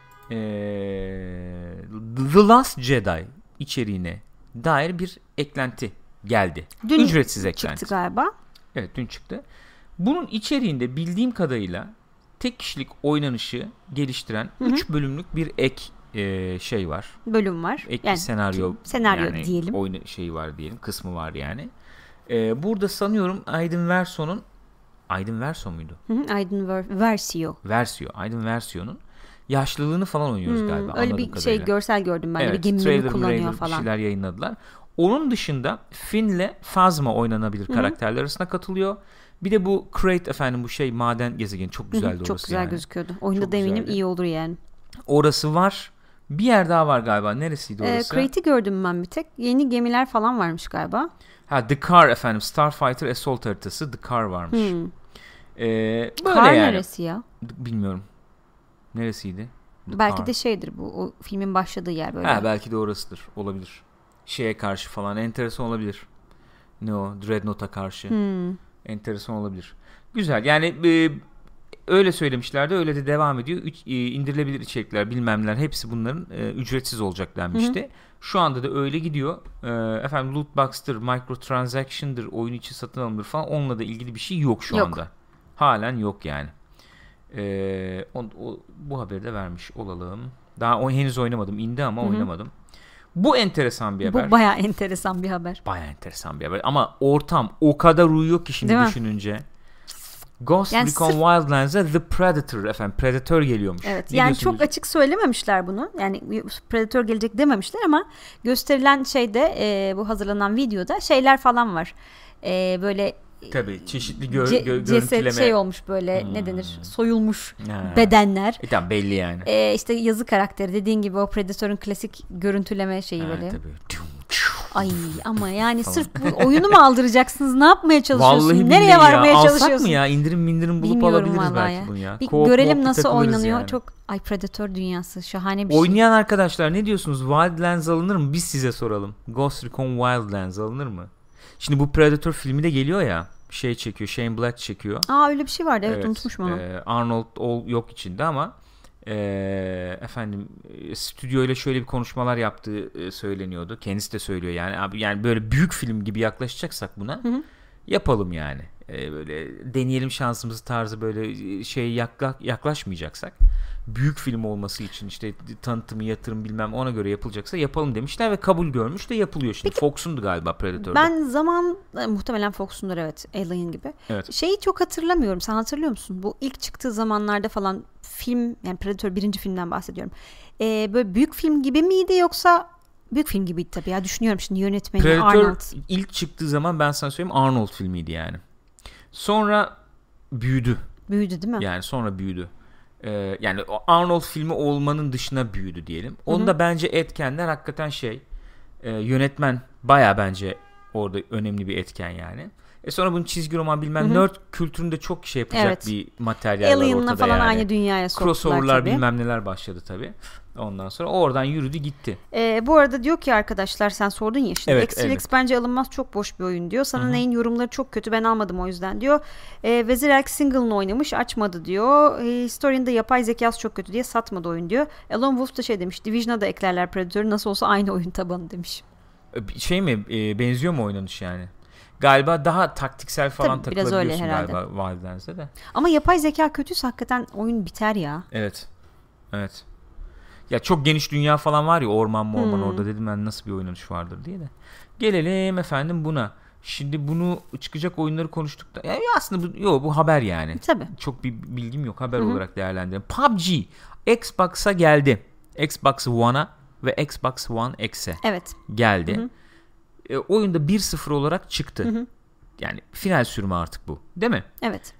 Speaker 1: The Last Jedi içeriğine dair bir eklenti geldi.
Speaker 2: Dün
Speaker 1: ücretsiz eklenti.
Speaker 2: Çıktı galiba.
Speaker 1: Evet dün çıktı. Bunun içeriğinde bildiğim kadarıyla tek kişilik oynanışı geliştiren 3 bölümlük bir ek var.
Speaker 2: Bölüm var.
Speaker 1: Ek yani, senaryo
Speaker 2: yani, diyelim.
Speaker 1: Var diyelim. Kısmı var yani. Burada sanıyorum Aydın Verso'nun Aydın Verso muydu? Aydın Versio'nun yaşlılığını falan oynuyoruz galiba.
Speaker 2: Öyle bir kadarıyla. Görsel gördüm ben. Evet, bir gemilerini kullanıyor falan.
Speaker 1: Bir şeyler yayınladılar. Onun dışında Finn'le Phasma oynanabilir karakterler arasında katılıyor. Bir de bu Crate bu maden gezegeni çok güzeldi orası.
Speaker 2: Çok güzel gözüküyordu. Oyunda da eminim iyi olur yani.
Speaker 1: Orası var. Bir yer daha var galiba. Neresiydi orası?
Speaker 2: Crate'i gördüm ben bir tek. Yeni gemiler falan varmış galiba.
Speaker 1: The Car Starfighter Assault haritası The Car varmış.
Speaker 2: Car neresi ya?
Speaker 1: Bilmiyorum. Neresiydi?
Speaker 2: Belki de şeydir bu, o filmin başladığı yer böyle.
Speaker 1: Belki de orasıdır. Olabilir. Şeye karşı falan enteresan olabilir. Ne o? Dreadnought'a karşı. Enteresan olabilir. Güzel. Yani öyle söylemişlerdi. Öyle de devam ediyor. İndirilebilir içerikler bilmemler hepsi bunların ücretsiz olacak denmişti. Şu anda da öyle gidiyor. Efendim lootbox'tır, microtransaction'dır, oyun içi satın alımdır falan. Onunla da ilgili bir şey yok şu anda. Halen yok yani. Bu haberi de vermiş olalım. Daha henüz oynamadım. İndi ama oynamadım. Bu enteresan bir haber.
Speaker 2: Bu bayağı enteresan bir haber.
Speaker 1: Bayağı enteresan bir haber. Ama ortam o kadar uyuyor ki şimdi düşününce. Ghost Recon Wildlands'a The Predator efendim. Predator geliyormuş.
Speaker 2: Evet. Yani çok açık söylememişler bunu. Yani Predator gelecek dememişler ama gösterilen şeyde bu hazırlanan videoda şeyler falan var. Böyle
Speaker 1: tabii çeşitli görüntüleme.
Speaker 2: Şey olmuş böyle ne denir? Soyulmuş bedenler.
Speaker 1: Tamam belli yani.
Speaker 2: İşte yazı karakteri dediğin gibi o Predator'un klasik görüntüleme şeyi böyle.
Speaker 1: Tabii.
Speaker 2: Ay ama yani sırf bu oyunu mu aldıracaksınız? Ne yapmaya çalışıyorsun?
Speaker 1: Vallahi
Speaker 2: nereye varmaya çalışıyorsun?
Speaker 1: Alsak mı ya? İndirim bulup alabiliriz belki
Speaker 2: ya.
Speaker 1: bunu ya.
Speaker 2: Bir görelim nasıl oynanıyor. Yani. Çok Predator dünyası şahane bir
Speaker 1: Oynayan arkadaşlar ne diyorsunuz? Wildlands alınır mı? Biz size soralım. Ghost Recon Wildlands alınır mı? Şimdi bu Predator filmi de geliyor ya. Şey çekiyor. Shane Black çekiyor.
Speaker 2: Öyle bir şey vardı. Evet unutmuşum onu.
Speaker 1: Arnold yok içinde ama efendim stüdyoyla şöyle bir konuşmalar yaptığı söyleniyordu. Kendisi de söylüyor yani abi yani böyle büyük film gibi yaklaşacaksak buna yapalım yani. Böyle deneyelim şansımızı tarzı böyle yaklaşmayacaksak büyük film olması için işte tanıtımı yatırım bilmem ona göre yapılacaksa yapalım demişler ve kabul görmüş de yapılıyor şimdi. Fox'undu galiba Predator'da.
Speaker 2: Ben muhtemelen Fox'undur evet, Alien gibi.
Speaker 1: Evet.
Speaker 2: Şeyi çok hatırlamıyorum. Sen hatırlıyor musun? Bu ilk çıktığı zamanlarda falan film yani Predator 1. filmden bahsediyorum. Böyle büyük film gibi miydi yoksa büyük film gibiydi tabii ya, düşünüyorum şimdi yönetmeni
Speaker 1: Predator
Speaker 2: Arnold.
Speaker 1: İlk çıktığı zaman ben sana söyleyeyim Arnold filmiydi yani. Sonra büyüdü.
Speaker 2: Büyüdü değil mi?
Speaker 1: Yani sonra büyüdü. Yani Arnold filmi olmanın dışına büyüdü diyelim. Onda bence etkenler hakikaten yönetmen baya bence orada önemli bir etken yani. Sonra bunun çizgi roman bilmem nerd kültüründe çok şey yapacak bir materyal var ortada
Speaker 2: falan
Speaker 1: yani.
Speaker 2: Aynı dünyaya soktular
Speaker 1: crossover'lar
Speaker 2: tabii.
Speaker 1: bilmem neler başladı tabii. Ondan sonra oradan yürüdü gitti.
Speaker 2: Bu arada diyor ki arkadaşlar sen sordun ya şimdi.
Speaker 1: Evet,
Speaker 2: Extralex bence alınmaz, çok boş bir oyun diyor. Sana neyin yorumları çok kötü, ben almadım o yüzden diyor. Vezirelk single'ını oynamış, açmadı diyor. Historian'da yapay zekası çok kötü diye satmadı oyun diyor. Alan Wolf da demiş. Division'a da eklerler Predator'ı, nasıl olsa aynı oyun tabanı demiş.
Speaker 1: Benziyor mu oynanış yani? Galiba daha taktiksel falan
Speaker 2: tabii,
Speaker 1: takılabiliyorsun galiba Wildlands'de de.
Speaker 2: Ama yapay zeka kötüyse hakikaten oyun biter ya.
Speaker 1: Evet. Ya çok geniş dünya falan var ya, orman orada, dedim ben nasıl bir oynanış vardır diye de. Gelelim efendim buna. Şimdi bunu çıkacak oyunları konuştuk da. Yani aslında bu haber yani.
Speaker 2: Tabii.
Speaker 1: Çok bir bilgim yok, haber olarak değerlendirelim. PUBG Xbox'a geldi. Xbox One'a ve Xbox One X'e geldi. Oyunda 1-0 olarak çıktı. Yani final sürümü artık bu. Değil mi?
Speaker 2: Evet.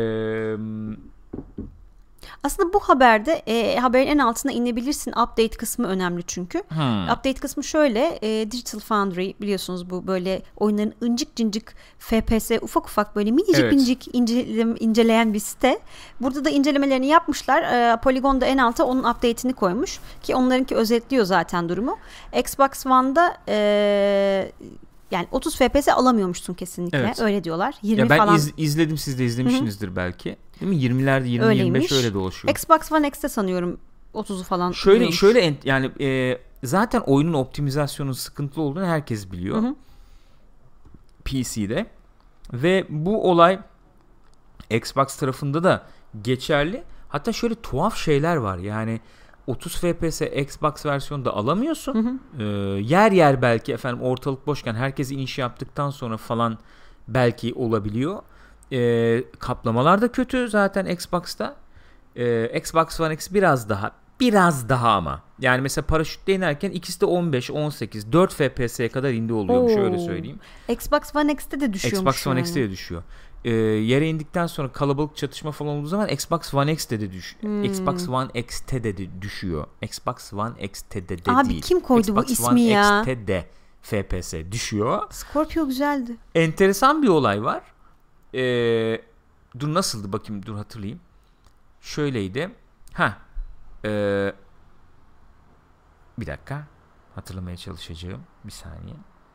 Speaker 2: Aslında bu haberde haberin en altına inebilirsin. Update kısmı önemli çünkü. Update kısmı şöyle. Digital Foundry biliyorsunuz, bu böyle oyunların incik cincik FPS ufak böyle minicik inceleyen bir site. Burada da incelemelerini yapmışlar. Polygon'da en alta onun update'ini koymuş. Ki onlarınki özetliyor zaten durumu. Xbox One'da yani 30 FPS alamıyormuşsun kesinlikle. Evet. Öyle diyorlar. 20
Speaker 1: ben
Speaker 2: falan.
Speaker 1: izledim, siz de izlemişsinizdir belki. Değil mi? 20'lerde 20-25 öyle dolaşıyor.
Speaker 2: Xbox One X'te sanıyorum 30'u falan.
Speaker 1: Şöyle yani zaten oyunun optimizasyonun sıkıntılı olduğunu herkes biliyor. PC'de. Ve bu olay Xbox tarafında da geçerli. Hatta şöyle tuhaf şeyler var. Yani 30 FPS Xbox versiyonunda alamıyorsun. Yer belki efendim ortalık boşken herkes iniş yaptıktan sonra falan belki olabiliyor. Kaplamalar da kötü zaten Xbox'ta. Xbox One X biraz daha ama. Yani mesela paraşütle inerken ikisi de 15, 18, 4 FPS'ye kadar indi oluyormuş, öyle söyleyeyim.
Speaker 2: Xbox One X'te de düşüyormuş.
Speaker 1: Xbox One X'te de düşüyor. Yere indikten sonra kalabalık çatışma falan olduğu zaman Xbox One X'te de Xbox One X'te de düşüyor. Xbox One X'te de değil.
Speaker 2: Abi kim koydu
Speaker 1: Xbox
Speaker 2: bu ismi
Speaker 1: One
Speaker 2: ya?
Speaker 1: X'te de FPS düşüyor.
Speaker 2: Scorpio güzeldi.
Speaker 1: Enteresan bir olay var. Dur nasıldı bakayım, dur hatırlayayım. Şöyleydi. Bir dakika. Hatırlamaya çalışacağım. Bir saniye.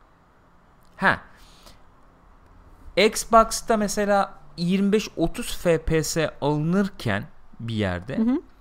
Speaker 1: Xbox'ta mesela 25-30 FPS alınırken bir yerde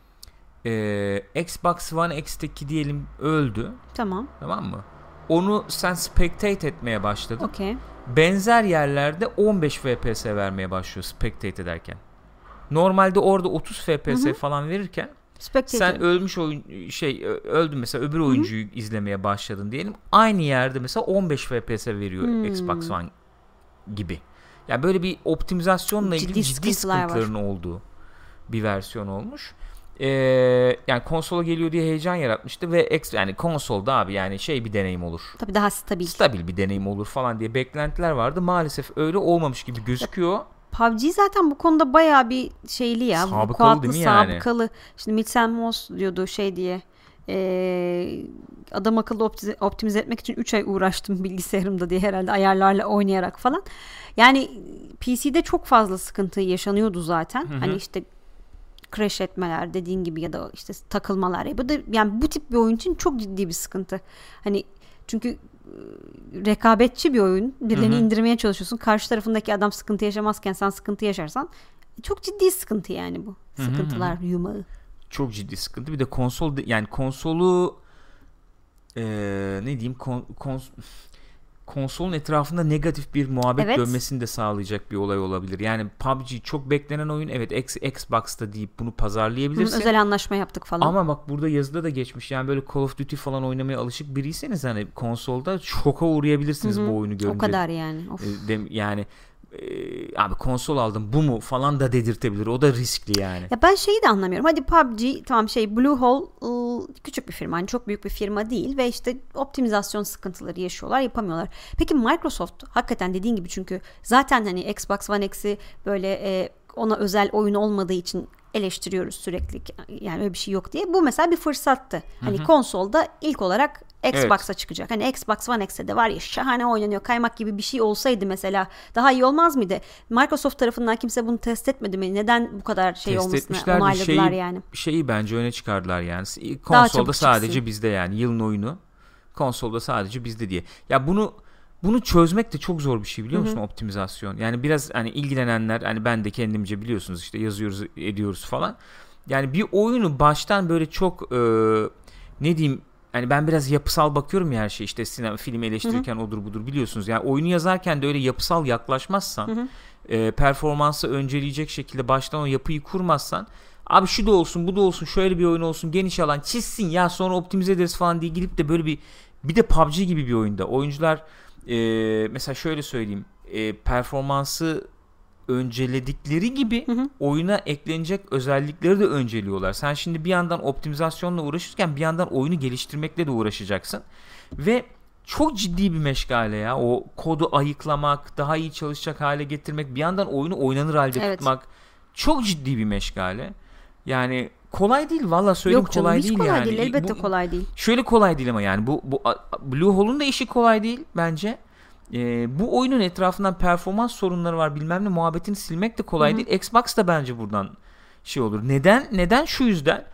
Speaker 1: Xbox One X'teki diyelim öldü.
Speaker 2: Tamam
Speaker 1: mı? Onu sen spectate etmeye başladın.
Speaker 2: Okay.
Speaker 1: Benzer yerlerde 15 FPS vermeye başlıyor spectate ederken. Normalde orada 30 FPS falan verirken sen ölmüş öldün mesela, öbür oyuncuyu izlemeye başladın diyelim. Aynı yerde mesela 15 FPS veriyor Xbox One gibi. Yani böyle bir optimizasyonla ilgili ciddi sıkıntıların olduğu bir versiyon olmuş. Yani konsola geliyor diye heyecan yaratmıştı ve yani konsolda abi yani bir deneyim olur.
Speaker 2: Tabii daha stabil.
Speaker 1: Stabil bir deneyim olur falan diye beklentiler vardı. Maalesef öyle olmamış gibi gözüküyor.
Speaker 2: PUBG zaten bu konuda bayağı bir şeyli ya.
Speaker 1: Sabıkalı değil mi yani?
Speaker 2: Sabıkalı. Şimdi Mitchell Moss diyordu diye. Adam akıllı optimize etmek için 3 ay uğraştım bilgisayarımda diye, herhalde ayarlarla oynayarak falan. Yani PC'de çok fazla sıkıntı yaşanıyordu zaten. Hani crash etmeler dediğin gibi ya da takılmalar. Bu da yani bu tip bir oyun için çok ciddi bir sıkıntı. Hani çünkü rekabetçi bir oyun. Birilerini indirmeye çalışıyorsun. Karşı tarafındaki adam sıkıntı yaşamazken sen sıkıntı yaşarsan çok ciddi sıkıntı yani bu. Sıkıntılar yumağı.
Speaker 1: Çok ciddi sıkıntı. Bir de konsolu ne diyeyim, konsolun etrafında negatif bir muhabbet dönmesini de sağlayacak bir olay olabilir. Yani PUBG çok beklenen oyun. Evet, Xbox'ta deyip bunu pazarlayabilirsin.
Speaker 2: Özel anlaşma yaptık falan.
Speaker 1: Ama bak burada yazıda da geçmiş. Yani böyle Call of Duty falan oynamaya alışık biriyseniz hani konsolda şoka uğrayabilirsiniz bu oyunu görünce.
Speaker 2: O kadar yani.
Speaker 1: Yani abi konsol aldım bu mu falan da dedirtebilir. O da riskli yani.
Speaker 2: Ya ben şeyi de anlamıyorum. Hadi PUBG tamam Bluehole küçük bir firma. Hani çok büyük bir firma değil ve optimizasyon sıkıntıları yaşıyorlar, yapamıyorlar. Peki Microsoft hakikaten dediğin gibi, çünkü zaten hani Xbox One X'i böyle ona özel oyun olmadığı için eleştiriyoruz sürekli. Yani öyle bir şey yok diye. Bu mesela bir fırsattı. Hani konsolda ilk olarak Xbox'a çıkacak. Hani Xbox One X'e de var ya şahane oynanıyor, kaymak gibi bir şey olsaydı mesela daha iyi olmaz mıydı? Microsoft tarafından kimse bunu test etmedi mi? Neden bu kadar olmasını onayladılar yani?
Speaker 1: Şeyi bence öne çıkardılar yani. Konsolda sadece bizde yani. Yılın oyunu konsolda sadece bizde diye. Ya bunu çözmek de çok zor bir şey, biliyor musun, optimizasyon. Yani biraz hani ilgilenenler, hani ben de kendimce biliyorsunuz yazıyoruz ediyoruz falan. Yani bir oyunu baştan böyle çok ne diyeyim, hani ben biraz yapısal bakıyorum ya her şey, sinema film eleştirirken odur budur biliyorsunuz. Yani oyunu yazarken de öyle yapısal yaklaşmazsan, performansı önceleyecek şekilde baştan o yapıyı kurmazsan, abi şu da olsun bu da olsun şöyle bir oyun olsun geniş alan çizsin ya sonra optimize ederiz falan diye gidip de böyle bir de PUBG gibi bir oyunda oyuncular mesela şöyle söyleyeyim, performansı önceledikleri gibi oyuna eklenecek özellikleri de önceliyorlar. Sen şimdi bir yandan optimizasyonla uğraşırken bir yandan oyunu geliştirmekle de uğraşacaksın ve çok ciddi bir meşgale ya, o kodu ayıklamak, daha iyi çalışacak hale getirmek, bir yandan oyunu oynanır halde tutmak çok ciddi bir meşgale. Yani kolay değil, valla söyleyeyim. Yok canım, kolay değil
Speaker 2: kolay
Speaker 1: yani.
Speaker 2: Değil, elbette kolay değil.
Speaker 1: Şöyle kolay değil ama yani bu Bluehole'un da işi kolay değil bence. Bu oyunun etrafından performans sorunları var bilmem ne muhabbetini silmek de kolay değil. Xbox da bence buradan olur. Neden? Şu yüzden.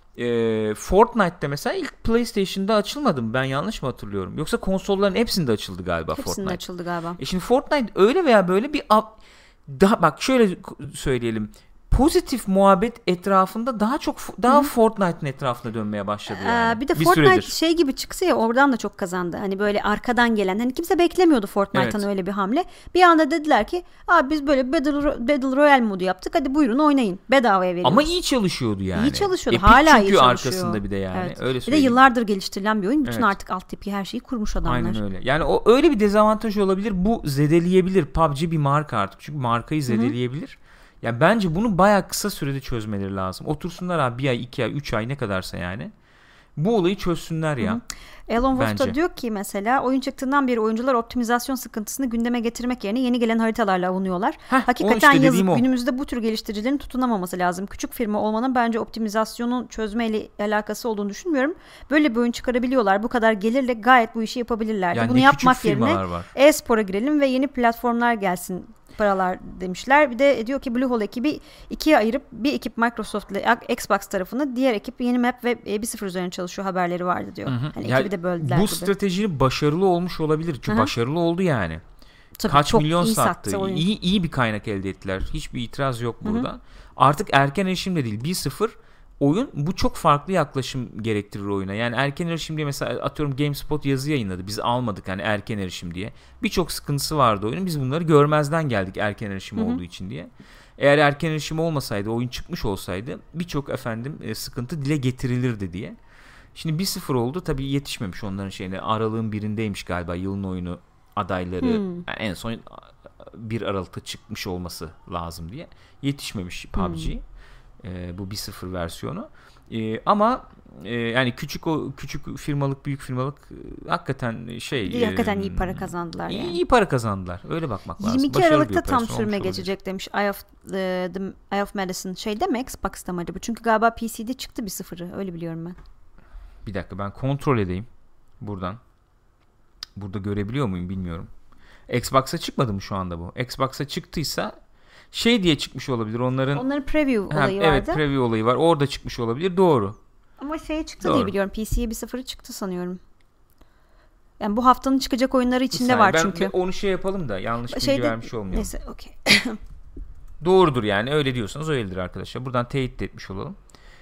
Speaker 1: Fortnite'da mesela ilk PlayStation'da açılmadı mı? Ben yanlış mı hatırlıyorum? Yoksa konsolların hepsinde açıldı galiba Fortnite.
Speaker 2: Hepsinde açıldı galiba.
Speaker 1: Şimdi Fortnite öyle veya böyle bir daha bak şöyle söyleyelim. Pozitif muhabbet etrafında daha Fortnite'ın etrafında dönmeye başladı yani.
Speaker 2: Bir de Fortnite gibi çıksa ya, oradan da çok kazandı. Hani böyle arkadan gelen, hani kimse beklemiyordu Fortnite'tan öyle bir hamle. Bir anda dediler ki biz böyle Battle Royale modu yaptık. Hadi buyurun oynayın. Bedavaya veriyoruz.
Speaker 1: Ama iyi çalışıyordu yani.
Speaker 2: İyi çalışıyordu. Hala iyi çalışıyor.
Speaker 1: Çünkü arkasında bir de yani. Evet. Öyle
Speaker 2: bir de yıllardır geliştirilen bir oyun. Bütün artık altyapı her şeyi kurmuş adamlar.
Speaker 1: Aynen öyle. Yani o öyle bir dezavantaj olabilir. Bu zedeleyebilir. PUBG bir marka artık. Çünkü markayı zedeleyebilir. Ya bence bunu bayağı kısa sürede çözmeleri lazım. Otursunlar abi 1 ay, 2 ay, 3 ay ne kadarsa yani. Bu olayı çözsünler ya.
Speaker 2: Elon Wolf da diyor ki mesela oyun çıktığından beri oyuncular optimizasyon sıkıntısını gündeme getirmek yerine yeni gelen haritalarla avunuyorlar. Hakikaten yazık, günümüzde bu tür geliştiricilerin tutunamaması lazım. Küçük firma olmanın bence optimizasyonun çözmeyle alakası olduğunu düşünmüyorum. Böyle bir oyun çıkarabiliyorlar. Bu kadar gelirle gayet bu işi yapabilirlerdi.
Speaker 1: Yani
Speaker 2: bunu yapmak yerine e-spora girelim ve yeni platformlar gelsin paralar demişler. Bir de diyor ki Bluehole ekibi ikiye ayırıp bir ekip Microsoft ile Xbox tarafını, diğer ekip yeni map ve 1.0 üzerine çalışıyor haberleri vardı diyor. Hani ekibi de böldüler
Speaker 1: bu gibi. Stratejinin başarılı olmuş olabilir. Çünkü başarılı oldu yani.
Speaker 2: Tabii,
Speaker 1: kaç milyon sattı. İyi bir kaynak elde ettiler. Hiçbir itiraz yok burada. Artık erken erişim de değil. 1.0 oyun, bu çok farklı yaklaşım gerektirir oyuna. Yani erken erişim diye mesela atıyorum GameSpot yazı yayınladı. Biz almadık hani erken erişim diye. Birçok sıkıntısı vardı oyunun. Biz bunları görmezden geldik erken erişim olduğu için diye. Eğer erken erişim olmasaydı, oyun çıkmış olsaydı birçok sıkıntı dile getirilirdi diye. Şimdi 1.0 oldu. Tabii yetişmemiş onların şeyine. Aralığın birindeymiş galiba yılın oyunu adayları. Yani en son 1 Aralık'ta çıkmış olması lazım diye. Yetişmemiş PUBG. Bu 1.0 versiyonu. Ama yani küçük firmalık, büyük firmalık hakikaten
Speaker 2: hakikaten iyi para kazandılar yani.
Speaker 1: İyi para kazandılar. Öyle bakmak lazım.
Speaker 2: 22 Aralık'ta tam sürüme geçecek demiş Eye of Medicine. Şeyde mi, Xbox'ta mı acaba? Çünkü galiba PC'de çıktı 1.0'ı. Öyle biliyorum ben.
Speaker 1: Bir dakika, ben kontrol edeyim buradan. Burada görebiliyor muyum bilmiyorum. Xbox'a çıkmadı mı şu anda bu? Xbox'a çıktıysa diye çıkmış olabilir. Onların
Speaker 2: preview olayı vardı.
Speaker 1: Evet, preview olayı var. Orada çıkmış olabilir. Doğru.
Speaker 2: Ama çıktı diye biliyorum. PC'ye 1.0'ı çıktı sanıyorum. Yani bu haftanın çıkacak oyunları içinde var çünkü.
Speaker 1: Ben onu yapalım da yanlış bilgi vermiş olmayalım.
Speaker 2: Neyse, okey.
Speaker 1: Doğrudur yani. Öyle diyorsanız öyledir arkadaşlar. Buradan teyit etmiş olalım.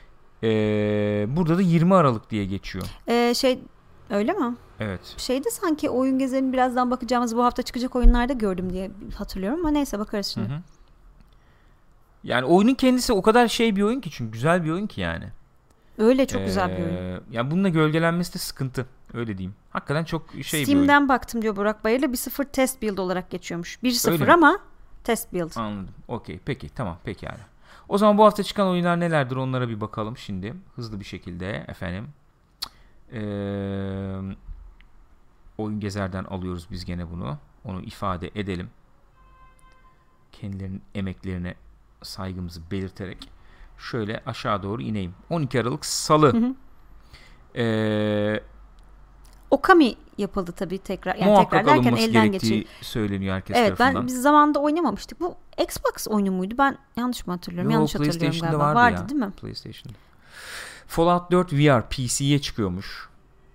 Speaker 1: Burada da 20 Aralık diye geçiyor.
Speaker 2: Öyle mi?
Speaker 1: Evet.
Speaker 2: Sanki Oyun Gezeri'nin birazdan bakacağımız bu hafta çıkacak oyunlarda gördüm diye hatırlıyorum ama neyse bakarız şimdi.
Speaker 1: Yani oyunun kendisi o kadar bir oyun ki, çünkü güzel bir oyun ki yani.
Speaker 2: Öyle çok güzel bir oyun.
Speaker 1: Yani bununla gölgelenmesi de sıkıntı. Öyle diyeyim. Hakikaten çok bir oyun.
Speaker 2: Steam'den baktım diyor Burak Bayır'la, 1.0 test build olarak geçiyormuş. 1.0 ama test build.
Speaker 1: Anladım. Okey. Peki. Tamam. Peki yani. O zaman bu hafta çıkan oyunlar nelerdir, onlara bir bakalım şimdi. Hızlı bir şekilde efendim. Oyun Gezer'den alıyoruz biz gene bunu. Onu ifade edelim. Kendilerinin emeklerine saygımızı belirterek şöyle aşağı doğru ineyim. 12 Aralık Salı.
Speaker 2: Okami yapıldı tabii tekrar. Yani
Speaker 1: muhakkak
Speaker 2: tekrar derken
Speaker 1: elden geçiyor. Söyleniyor herkes
Speaker 2: tarafından.
Speaker 1: Evet,
Speaker 2: biz zamanında oynamamıştık. Bu Xbox oyunu muydu? Ben yanlış mı hatırlıyorum? Yanlış hatırlıyorum galiba. Vardı değil mi?
Speaker 1: PlayStation'da. Fallout 4 VR PC'ye çıkıyormuş.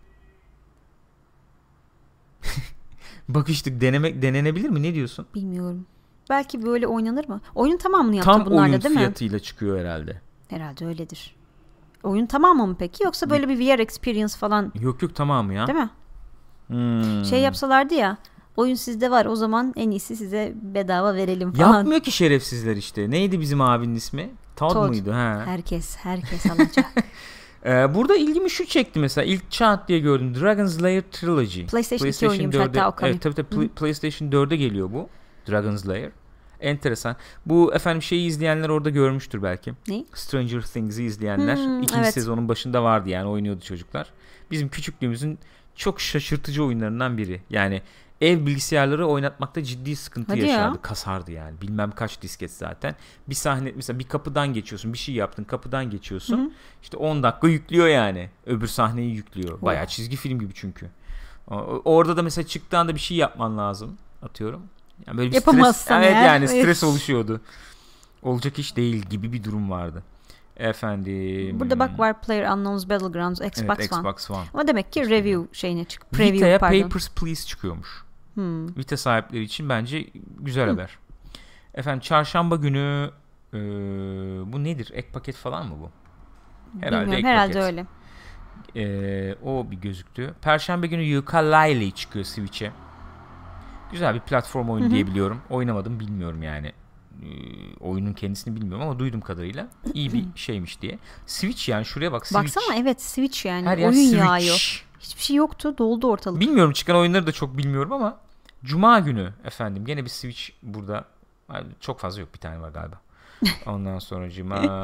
Speaker 1: Bakıştık, denenebilir mi? Ne diyorsun?
Speaker 2: Bilmiyorum. Belki böyle oynanır mı? Oyunun tamamını yaptı bunlarla değil mi?
Speaker 1: Tam oyun fiyatıyla çıkıyor herhalde.
Speaker 2: Herhalde öyledir. Oyun tamamı mı peki? Yoksa böyle bir VR experience falan?
Speaker 1: Yok tamamı ya.
Speaker 2: Değil mi? Yapsalardı ya. Oyun sizde var, o zaman en iyisi size bedava verelim falan.
Speaker 1: Yapmıyor ki şerefsizler işte. Neydi bizim abinin ismi? Todd muydu?
Speaker 2: Herkes alacak.
Speaker 1: Burada ilgimi şu çekti mesela. İlk chat diye gördüm. Dragon's Lair Trilogy.
Speaker 2: PlayStation 2 oynuyormuş hatta Okami.
Speaker 1: Evet tabii PlayStation 4'e geliyor bu. Dragon's Lair. Enteresan. Bu izleyenler orada görmüştür belki.
Speaker 2: Ne?
Speaker 1: Stranger Things'i izleyenler. İkinci sezonun başında vardı yani, oynuyordu çocuklar. Bizim küçüklüğümüzün çok şaşırtıcı oyunlarından biri. Yani ev bilgisayarları oynatmakta ciddi sıkıntı yaşardı. Kasardı yani. Bilmem kaç disket zaten. Bir sahne mesela, bir kapıdan geçiyorsun. Bir şey yaptın, kapıdan geçiyorsun. İşte 10 dakika yüklüyor yani. Öbür sahneyi yüklüyor. Bayağı çizgi film gibi çünkü. Orada da mesela çıktığında bir şey yapman lazım. Atıyorum. Yani böyle bir
Speaker 2: yapamazsan
Speaker 1: stres, yani stres oluşuyordu. Olacak iş değil gibi bir durum vardı. Efendim.
Speaker 2: Burada bak var PlayerUnknown's Battlegrounds Xbox One. Ama demek ki review çık.
Speaker 1: Vita'ya Papers, Please çıkıyormuş. Vita sahipleri için bence güzel haber. Efendim çarşamba günü bu nedir? Ek paket falan mı bu?
Speaker 2: Herhalde öyle.
Speaker 1: O bir gözüktü. Perşembe günü Yooka-Laylee çıkıyor Switch'e. Güzel bir platform oyunu diyebiliyorum. Oynamadım, bilmiyorum yani. Oyunun kendisini bilmiyorum ama duydum kadarıyla iyi bir şeymiş diye. Switch yani, şuraya bak. Switch.
Speaker 2: Baksana, evet Switch yani.
Speaker 1: Her
Speaker 2: oyun
Speaker 1: Switch.
Speaker 2: yağıyor. Hiçbir şey yoktu, doldu ortalık.
Speaker 1: Bilmiyorum, çıkan oyunları da çok bilmiyorum ama Cuma günü efendim gene bir Switch burada. Çok fazla yok, bir tane var galiba. Ondan sonra Cuma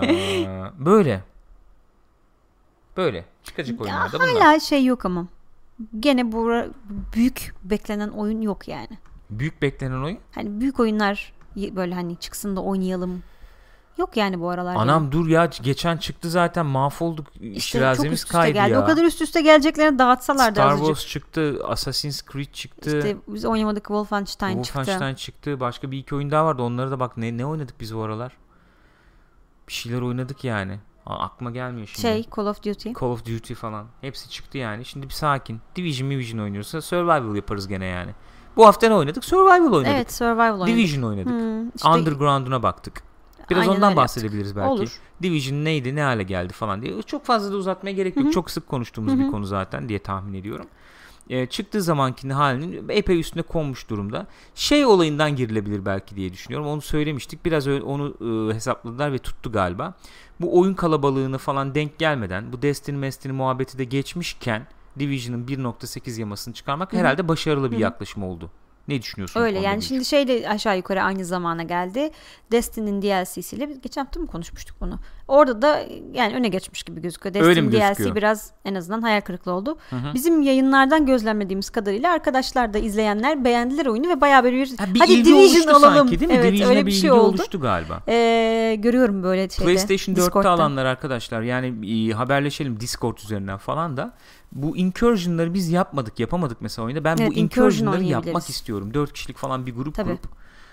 Speaker 1: böyle çıkacak oyunlar da bunlar.
Speaker 2: Hala yok ama. Gene büyük beklenen oyun yok yani.
Speaker 1: Büyük beklenen oyun?
Speaker 2: Hani büyük oyunlar böyle hani çıksın da oynayalım Yok yani bu aralar.
Speaker 1: Anam dur ya, geçen çıktı zaten, mahvolduk. Şirazemiz kaydı
Speaker 2: geldi.
Speaker 1: Ya.
Speaker 2: O kadar üst üste geleceklerini dağıtsalardı
Speaker 1: Star
Speaker 2: azıcık.
Speaker 1: Wars çıktı, Assassin's Creed çıktı.
Speaker 2: İşte biz oynamadık, Wolfenstein
Speaker 1: çıktı. Başka bir iki oyun daha vardı. Onları da bak ne oynadık biz bu aralar. Bir şeyler oynadık yani. Aklıma gelmiyor şimdi.
Speaker 2: Call of
Speaker 1: Duty falan. Hepsi çıktı yani. Şimdi bir sakin. Division oynuyorsa survival yaparız gene yani. Bu hafta ne oynadık? Survival oynadık.
Speaker 2: Evet, survival oynadık.
Speaker 1: Division oynadık. Underground'una baktık. Biraz ondan bahsedebiliriz belki.
Speaker 2: Olur.
Speaker 1: Division neydi, ne hale geldi falan diye. Çok fazla da uzatmaya gerek yok. Çok sık konuştuğumuz bir konu zaten diye tahmin ediyorum. Çıktığı zamankinin halinin epey üstüne konmuş durumda. Olayından girilebilir belki diye düşünüyorum. Onu söylemiştik. Biraz onu hesapladılar ve tuttu galiba. Bu oyun kalabalığını falan denk gelmeden, bu Destiny muhabbeti de geçmişken Division'ın 1.8 yamasını çıkarmak herhalde başarılı bir yaklaşım oldu. Ne düşünüyorsun?
Speaker 2: Öyle yani şimdi de aşağı yukarı aynı zamana geldi. Destiny'nin DLC'siyle biz geçen hafta mı konuşmuştuk bunu? Orada da yani öne geçmiş gibi gözüküyor. Destiny DLC biraz en azından hayal kırıklığı oldu. Bizim yayınlardan gözlemlediğimiz kadarıyla arkadaşlar da, izleyenler beğendiler oyunu ve bayağı böyle hadi Division olalım.
Speaker 1: Sanki, değil mi?
Speaker 2: Evet,
Speaker 1: Division'a
Speaker 2: öyle bir şey oldu.
Speaker 1: Oluştu galiba.
Speaker 2: Görüyorum böyle
Speaker 1: PlayStation 4'te alanlar arkadaşlar, yani haberleşelim Discord üzerinden falan da. Bu incursion'ları biz yapamadık mesela oyunda. Ben bu incursion'ları yapmak istiyorum. 4 kişilik falan bir grup kurup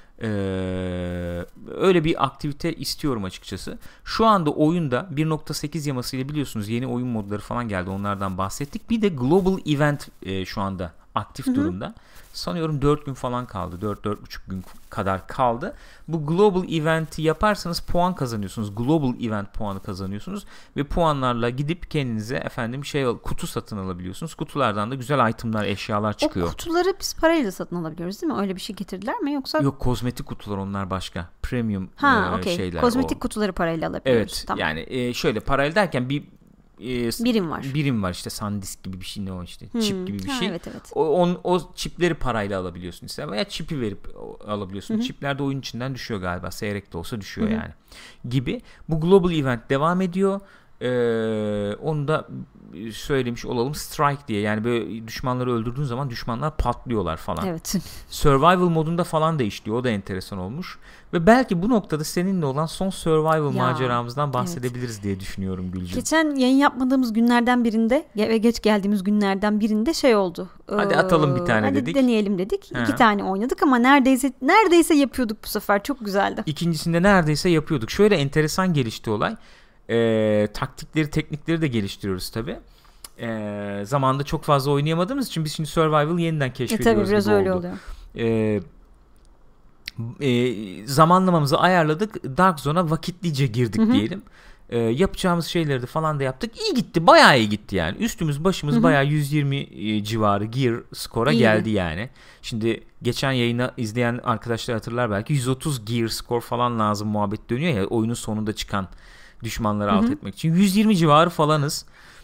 Speaker 1: öyle bir aktivite istiyorum açıkçası. Şu anda oyunda 1.8 yamasıyla biliyorsunuz yeni oyun modları falan geldi. Onlardan bahsettik. Bir de Global Event şu anda aktif durumda. Sanıyorum 4 gün falan kaldı. 4-4,5 gün kadar kaldı. Bu Global Event'i yaparsanız puan kazanıyorsunuz. Global Event puanı kazanıyorsunuz. Ve puanlarla gidip kendinize kutu satın alabiliyorsunuz. Kutulardan da güzel itemlar, eşyalar çıkıyor.
Speaker 2: O kutuları biz parayla satın alabiliyoruz değil mi? Öyle bir şey getirdiler mi yoksa?
Speaker 1: Yok, kozmetik kutular onlar başka. Premium şeyler.
Speaker 2: Kozmetik kutuları parayla alabiliyoruz.
Speaker 1: Evet. Tamam. Yani şöyle parayla derken bir
Speaker 2: birim var.
Speaker 1: işte SanDisk gibi bir şey, ne o işte çip gibi bir şey.
Speaker 2: Evet.
Speaker 1: O çipleri parayla alabiliyorsun işte veya çipi verip alabiliyorsun. Çipler de oyun içinden düşüyor galiba. Seyrek de olsa düşüyor yani. Gibi. Bu Global Event devam ediyor. Onu da söylemiş olalım, Strike diye, yani böyle düşmanları öldürdüğün zaman düşmanlar patlıyorlar falan.
Speaker 2: Evet.
Speaker 1: Survival modunda falan da işliyor. O da enteresan olmuş. Ve belki bu noktada seninle olan son survival maceramızdan bahsedebiliriz diye düşünüyorum Gülcüm.
Speaker 2: Geçen yayın yapmadığımız günlerden birinde ve geç geldiğimiz günlerden birinde oldu.
Speaker 1: Hadi atalım bir tane dedik.
Speaker 2: Hadi deneyelim dedik. 2 tane oynadık ama neredeyse yapıyorduk bu sefer. Çok güzeldi.
Speaker 1: İkincisinde neredeyse yapıyorduk. Şöyle enteresan gelişti olay. Taktikleri, teknikleri de geliştiriyoruz tabii. Zamanında çok fazla oynayamadığımız için biz şimdi survival yeniden keşfediyoruz.
Speaker 2: Tabii biraz öyle oluyor.
Speaker 1: Zamanlamamızı ayarladık. Dark Zone'a vakitlice girdik diyelim. Yapacağımız şeyleri de falan da yaptık. İyi gitti. Bayağı iyi gitti yani. Üstümüz başımız bayağı 120 civarı gear skora geldi yani. Şimdi geçen yayını izleyen arkadaşlar hatırlar belki, 130 gear score falan lazım muhabbet dönüyor ya oyunun sonunda çıkan düşmanları alt etmek için. 120 civarı falanız.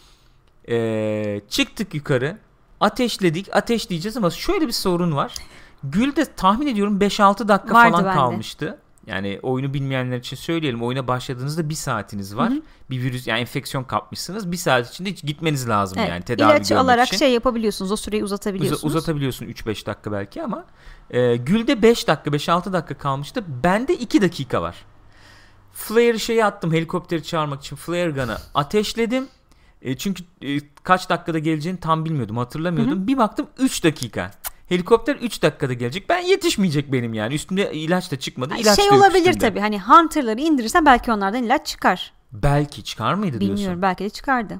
Speaker 1: Çıktık yukarı. Ateşleyeceğiz ama şöyle bir sorun var. Gül'de tahmin ediyorum 5-6 dakika falan kalmıştı. Yani oyunu bilmeyenler için söyleyelim. Oyuna başladığınızda 1 saatiniz var. Bir virüs, yani enfeksiyon kapmışsınız. 1 saat içinde gitmeniz lazım yani tedavi görmek için.
Speaker 2: İlaç alarak yapabiliyorsunuz. O süreyi uzatabiliyorsunuz.
Speaker 1: Uzatabiliyorsun 3-5 dakika belki ama Gül'de 5-6 dakika kalmıştı. Bende 2 dakika var. Flare attım helikopteri çağırmak için. Flare gun'ı ateşledim. Çünkü kaç dakikada geleceğini tam bilmiyordum. Hatırlamıyordum. Bir baktım 3 dakika. Helikopter 3 dakikada gelecek. Ben yetişmeyecek benim yani. Üstümde ilaç da çıkmadı. İlaç da yok
Speaker 2: olabilir
Speaker 1: üstümde.
Speaker 2: Tabii. Hani Hunter'ları indirirsen belki onlardan ilaç çıkar.
Speaker 1: Belki çıkar mıydı diyorsun?
Speaker 2: Bilmiyorum. Belki de çıkardı.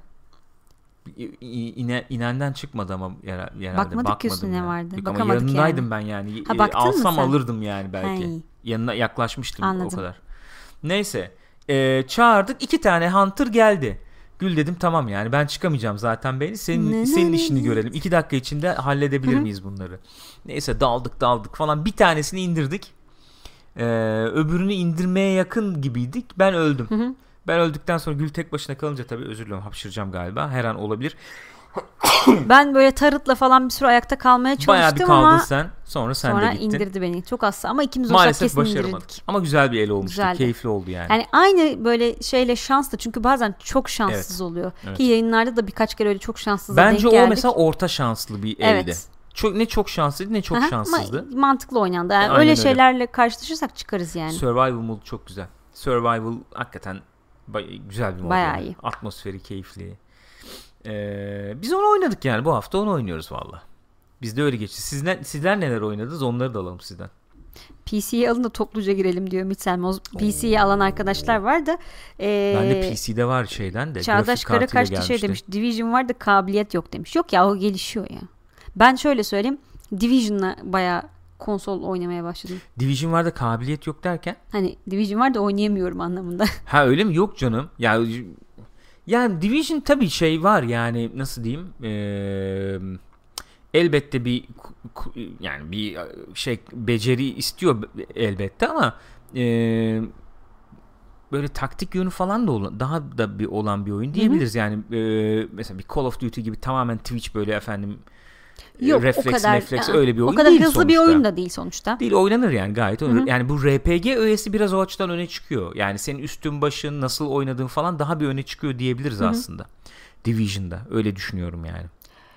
Speaker 1: İnenden çıkmadı ama herhalde.
Speaker 2: Bakmadık ki üstüne ne vardı.
Speaker 1: Ama yanındaydım ben yani. Alsam alırdım yani belki. Yanına yaklaşmıştım. Anladım. O kadar. Neyse. Çağırdık. 2 tane Hunter geldi. Gül dedim tamam yani ben çıkamayacağım zaten beni. Senin işini görelim. 2 dakika içinde halledebilir miyiz bunları? Neyse daldık falan. Bir tanesini indirdik. Öbürünü indirmeye yakın gibiydik. Ben öldüm. Ben öldükten sonra Gül tek başına kalınca tabii özür dilerim hapşıracağım galiba. Her an olabilir.
Speaker 2: Ben böyle tarıtla falan bir süre ayakta kalmaya çalıştım ama.
Speaker 1: Bayağı bir kaldın sen. Sonra de gittin.
Speaker 2: İndirdi beni. Çok az ama ikimiz olsak kesin indirirdik.
Speaker 1: Ama güzel bir el olmuştu. Güzeldi. Keyifli oldu yani.
Speaker 2: Yani aynı böyle şanslı. Çünkü bazen çok şanssız oluyor. Evet. Ki yayınlarda da birkaç kere öyle çok şanssız denk geldik.
Speaker 1: Bence o mesela orta şanslı bir eldi. Ne çok şanslıydı ne çok şanssızdı.
Speaker 2: Ama mantıklı oynandı. Yani öyle şeylerle karşılaşırsak çıkarız yani.
Speaker 1: Survival modu çok güzel. Survival hakikaten güzel bir mod.
Speaker 2: Bayağı iyi.
Speaker 1: Atmosferi keyifli. Biz onu oynadık yani. Bu hafta onu oynuyoruz valla. Biz de öyle geçti. Sizler neler oynadınız? Onları da alalım sizden.
Speaker 2: PC'yi alın da topluca girelim diyor Mitselmoz. PC'yi alan arkadaşlar var da.
Speaker 1: Bende PC'de var şeyden de.
Speaker 2: Çağdaş Karakaş da şey demiş. Division var da kabiliyet yok demiş. Yok ya, o gelişiyor ya. Ben şöyle söyleyeyim. Division'la bayağı konsol oynamaya başladım.
Speaker 1: Division var da kabiliyet yok derken?
Speaker 2: Hani Division var da oynayamıyorum anlamında.
Speaker 1: Ha öyle mi? Yok canım. Yani Division tabii şey var yani, nasıl diyeyim? Elbette bir yani bir şey beceri istiyor elbette ama böyle taktik yönü falan da daha da bir olan bir oyun diyebiliriz. Hı-hı. Yani mesela bir Call of Duty gibi tamamen Twitch böyle efendim
Speaker 2: yok,
Speaker 1: refleks öyle bir oyun değil sonuçta.
Speaker 2: O kadar hızlı bir oyun da değil sonuçta.
Speaker 1: Değil, oynanır yani, gayet oynanır. Hı-hı. Yani bu RPG öğesi biraz o açıdan öne çıkıyor. Yani senin üstün başın nasıl oynadığın falan daha bir öne çıkıyor diyebiliriz. Hı-hı. Aslında. Division'da öyle düşünüyorum yani.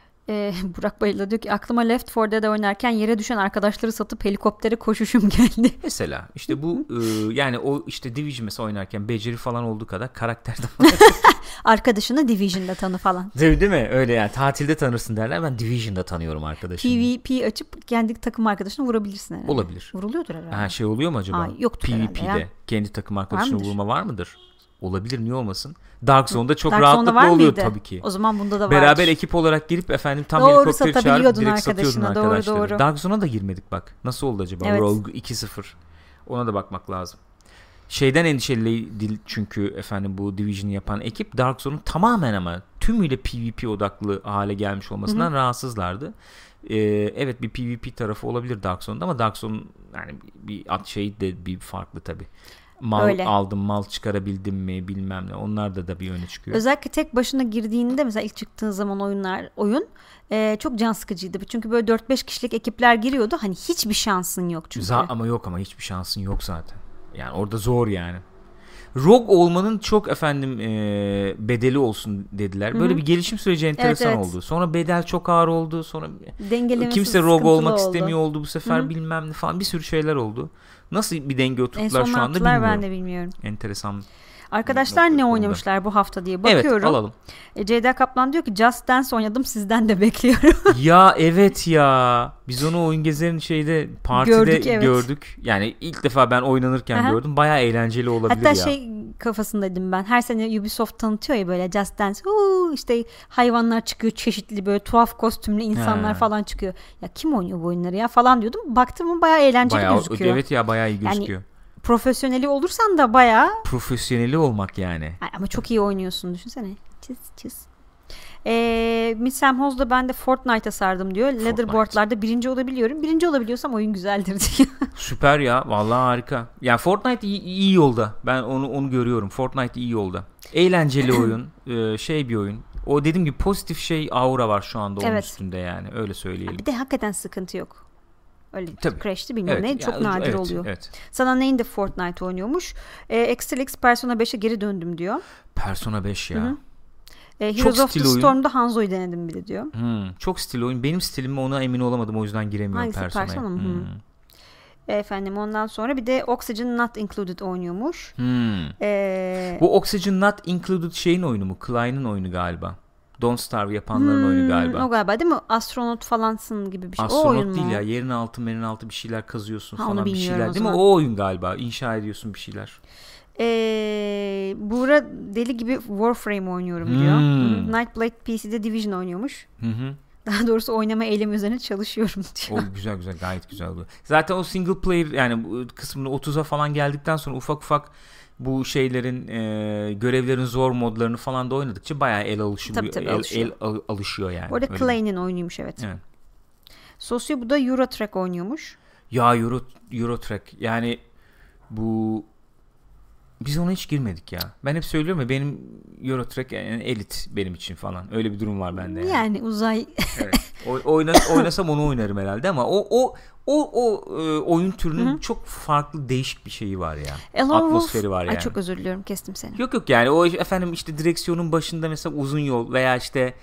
Speaker 2: Burak Bayıl'da diyor ki aklıma Left 4 Dead oynarken yere düşen arkadaşları satıp helikoptere koşuşum geldi.
Speaker 1: Mesela işte bu yani o işte Division mesela oynarken beceri falan olduğu kadar karakterde falan.
Speaker 2: Arkadaşını Division'da tanı falan.
Speaker 1: Değil mi? Öyle yani, tatilde tanırsın derler. Ben Division'da tanıyorum arkadaşımı.
Speaker 2: PvP açıp kendi takım arkadaşını vurabilirsin herhalde.
Speaker 1: Olabilir.
Speaker 2: Vuruluyordur herhalde.
Speaker 1: Ha, şey oluyor mu acaba?
Speaker 2: Yoktur
Speaker 1: PvP'de kendi takım arkadaşını vurma var mıdır? Olabilir, niye olmasın? Dark Zone'da çok
Speaker 2: Dark
Speaker 1: rahatlıkla oluyor tabii ki.
Speaker 2: O zaman bunda da var.
Speaker 1: Beraber ekip olarak girip efendim tam helikopteri çağırıp direkt satıyordun arkadaşları. Doğru. Dark Zone'a da girmedik bak. Nasıl oldu acaba? Evet. Rogue 2.0. Ona da bakmak lazım. Şeyden endişeliydi çünkü efendim bu Division'ı yapan ekip Dark Zone'un tamamen ama tümüyle PvP odaklı hale gelmiş olmasından rahatsızlardı. Evet, bir PvP tarafı olabilir Dark Zone'da ama Dark Zone yani bir şey de bir farklı tabii. Mal aldım, mal çıkarabildim mi bilmem ne. Onlar da bir öne çıkıyor.
Speaker 2: Özellikle tek başına girdiğinde mesela ilk çıktığın zaman oyun çok can sıkıcıydı. Çünkü böyle 4-5 kişilik ekipler giriyordu. Hani hiçbir şansın yok çünkü.
Speaker 1: Ama hiçbir şansın yok zaten. Yani orada zor yani. Rogue olmanın çok bedeli olsun dediler. Böyle bir gelişim süreci enteresan oldu. Sonra bedel çok ağır oldu. Sonra kimse Rogue olmak istemiyor oldu bu sefer. Bilmem ne falan, bir sürü şeyler oldu. Nasıl bir denge oturttular şu anda bilmiyorum.
Speaker 2: Ben de bilmiyorum.
Speaker 1: Enteresan.
Speaker 2: Arkadaşlar ne oynamışlar bu hafta diye bakıyorum.
Speaker 1: Evet, alalım.
Speaker 2: Ceyda Kaplan diyor ki Just Dance oynadım, sizden de bekliyorum.
Speaker 1: Ya evet ya. Biz onu Oyun Gezer'in partide gördük. Yani ilk defa ben oynanırken gördüm. Bayağı eğlenceli olabilir.
Speaker 2: Hatta kafasındaydım ben. Her sene Ubisoft tanıtıyor ya böyle Just Dance. İşte hayvanlar çıkıyor, çeşitli böyle tuhaf kostümlü insanlar falan çıkıyor. Ya kim oynuyor bu oyunları ya falan diyordum. Baktım mı bayağı eğlenceli gözüküyor.
Speaker 1: Evet ya, bayağı iyi gözüküyor. Yani,
Speaker 2: profesyoneli olursan da bayağı
Speaker 1: profesyoneli olmak yani.
Speaker 2: Ama çok iyi oynuyorsun, düşünsene. Çiz. Mitselmoz'da ben de Fortnite'a sardım diyor. Leaderboard'larda birinci olabiliyorum. Birinci olabiliyorsam oyun güzeldir diyor.
Speaker 1: Süper ya. Vallahi harika. Yani Fortnite iyi yolda. Ben onu görüyorum. Fortnite iyi yolda. Eğlenceli oyun. Bir oyun. O dediğim gibi pozitif aura var şu anda onun üstünde yani. Öyle söyleyelim.
Speaker 2: Bir de hakikaten sıkıntı yok. Öyle crash'ti bilmem ne. Çok nadir oluyor.
Speaker 1: Evet.
Speaker 2: Sana neyin de Fortnite oynuyormuş. XLX Persona 5'e geri döndüm diyor.
Speaker 1: Persona 5 ya. Hı-hı.
Speaker 2: Heroes of the Storm'da Hanzo'yu denedim bile diyor.
Speaker 1: Çok stil oyun. Benim stilime ona emin olamadım. O yüzden giremiyorum Persona'ya.
Speaker 2: Persona mı? Efendim ondan sonra bir de Oxygen Not Included oynuyormuş.
Speaker 1: Bu Oxygen Not Included şeyin oyunu mu? Klein'in oyunu galiba. Don't Starve yapanların oyunu galiba.
Speaker 2: O galiba değil mi? Astronot falansın gibi bir şey.
Speaker 1: Astronot
Speaker 2: o oyun
Speaker 1: değil
Speaker 2: mu?
Speaker 1: ya. Yerin altı bir şeyler kazıyorsun falan bir şeyler değil mi? O oyun galiba. İnşa ediyorsun bir şeyler.
Speaker 2: Buğra deli gibi Warframe oynuyorum diyor. Nightblade PC'de Division oynuyormuş. Daha doğrusu oynama eylemi üzerine çalışıyorum diyor.
Speaker 1: O güzel gayet güzel oluyor. Zaten o single player yani bu kısmında 30'a falan geldikten sonra ufak bu şeylerin görevlerin zor modlarını falan da oynadıkça bayağı el alışıyor yani.
Speaker 2: Orada Clay'nin oyunuymuş evet. Sosyo bu da Eurotrack oynuyormuş.
Speaker 1: Ya Eurotrack yani bu biz ona hiç girmedik ya. Ben hep söylüyorum ya, benim Eurotrack yani elit benim için falan. Öyle bir durum var bende yani.
Speaker 2: Yani uzay.
Speaker 1: Evet. Oynasam onu oynarım herhalde ama o oyun türünün çok farklı değişik bir şeyi var ya. Atmosferi var yani.
Speaker 2: Ay çok özür diliyorum, kestim seni.
Speaker 1: Yok yani o efendim işte direksiyonun başında mesela uzun yol veya işte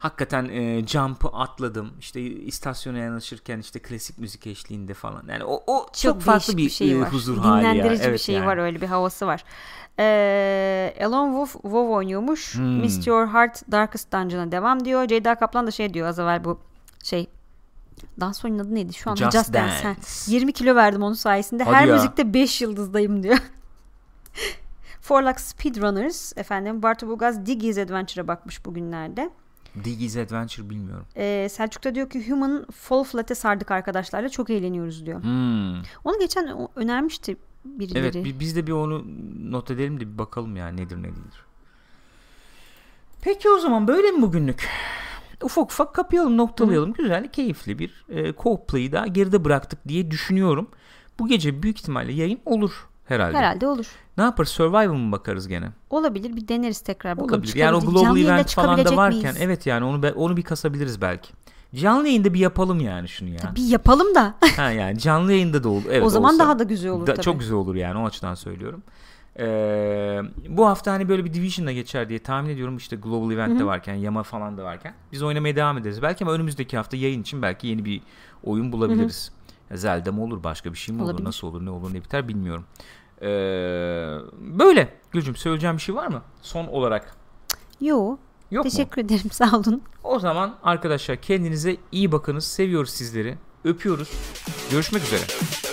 Speaker 1: Hakikaten Jump'ı atladım. İşte istasyona yanaşırken işte klasik müzik eşliğinde falan. Yani o çok farklı bir şey huzur hali ya.
Speaker 2: Dinlendirici bir şey yani. Var, öyle bir havası var. Alone WoW oynuyormuş. Missed Your Heart Darkest Dungeon'a devam diyor. Ceyda Kaplan da şey diyor az evvel, bu dans oyunun adı neydi? Şu anda Just Dance. 20 kilo verdim onun sayesinde. Hadi her ya. Müzikte 5 yıldızdayım diyor. Forlux Speedrunners efendim. Bartu Bulgaz Diggy's Adventure'a bakmış bugünlerde.
Speaker 1: Diggy's Adventure bilmiyorum.
Speaker 2: Selçuk da diyor ki Human Fall Flat'e sardık arkadaşlarla. Çok eğleniyoruz diyor. Onu geçen önermişti birileri.
Speaker 1: Evet, biz de bir onu not edelim de bir bakalım ya nedir ne değildir. Peki o zaman böyle mi bugünlük? Ufak ufak kapayalım, noktalayalım. Güzel, keyifli bir co-play'i daha geride bıraktık diye düşünüyorum. Bu gece büyük ihtimalle yayın olur herhalde.
Speaker 2: Herhalde olur.
Speaker 1: Ne yaparız? Survival mı bakarız gene?
Speaker 2: Olabilir, bir deneriz tekrar. Bakalım
Speaker 1: olabilir. Yani o global event falan da varken miyiz? Evet yani onu bir kasabiliriz belki. Canlı yayında bir yapalım yani şunu ya.
Speaker 2: Bir yapalım da.
Speaker 1: Yani canlı yayında da olur. Evet,
Speaker 2: o zaman daha da güzel olur tabii.
Speaker 1: Çok güzel olur yani, o açıdan söylüyorum. Bu hafta hani böyle bir Division'da geçer diye tahmin ediyorum, işte Global Event de varken, Yama falan da varken biz oynamaya devam ederiz belki, ama önümüzdeki hafta yayın için belki yeni bir oyun bulabiliriz. Zelda mı olur, başka bir şey mi olur, nasıl olur, ne olur, ne biter bilmiyorum. Böyle Gülcüm, söyleyeceğim bir şey var mı son olarak?
Speaker 2: Yok teşekkür ederim, sağ olun.
Speaker 1: O zaman arkadaşlar kendinize iyi bakınız, seviyoruz sizleri, öpüyoruz, görüşmek üzere.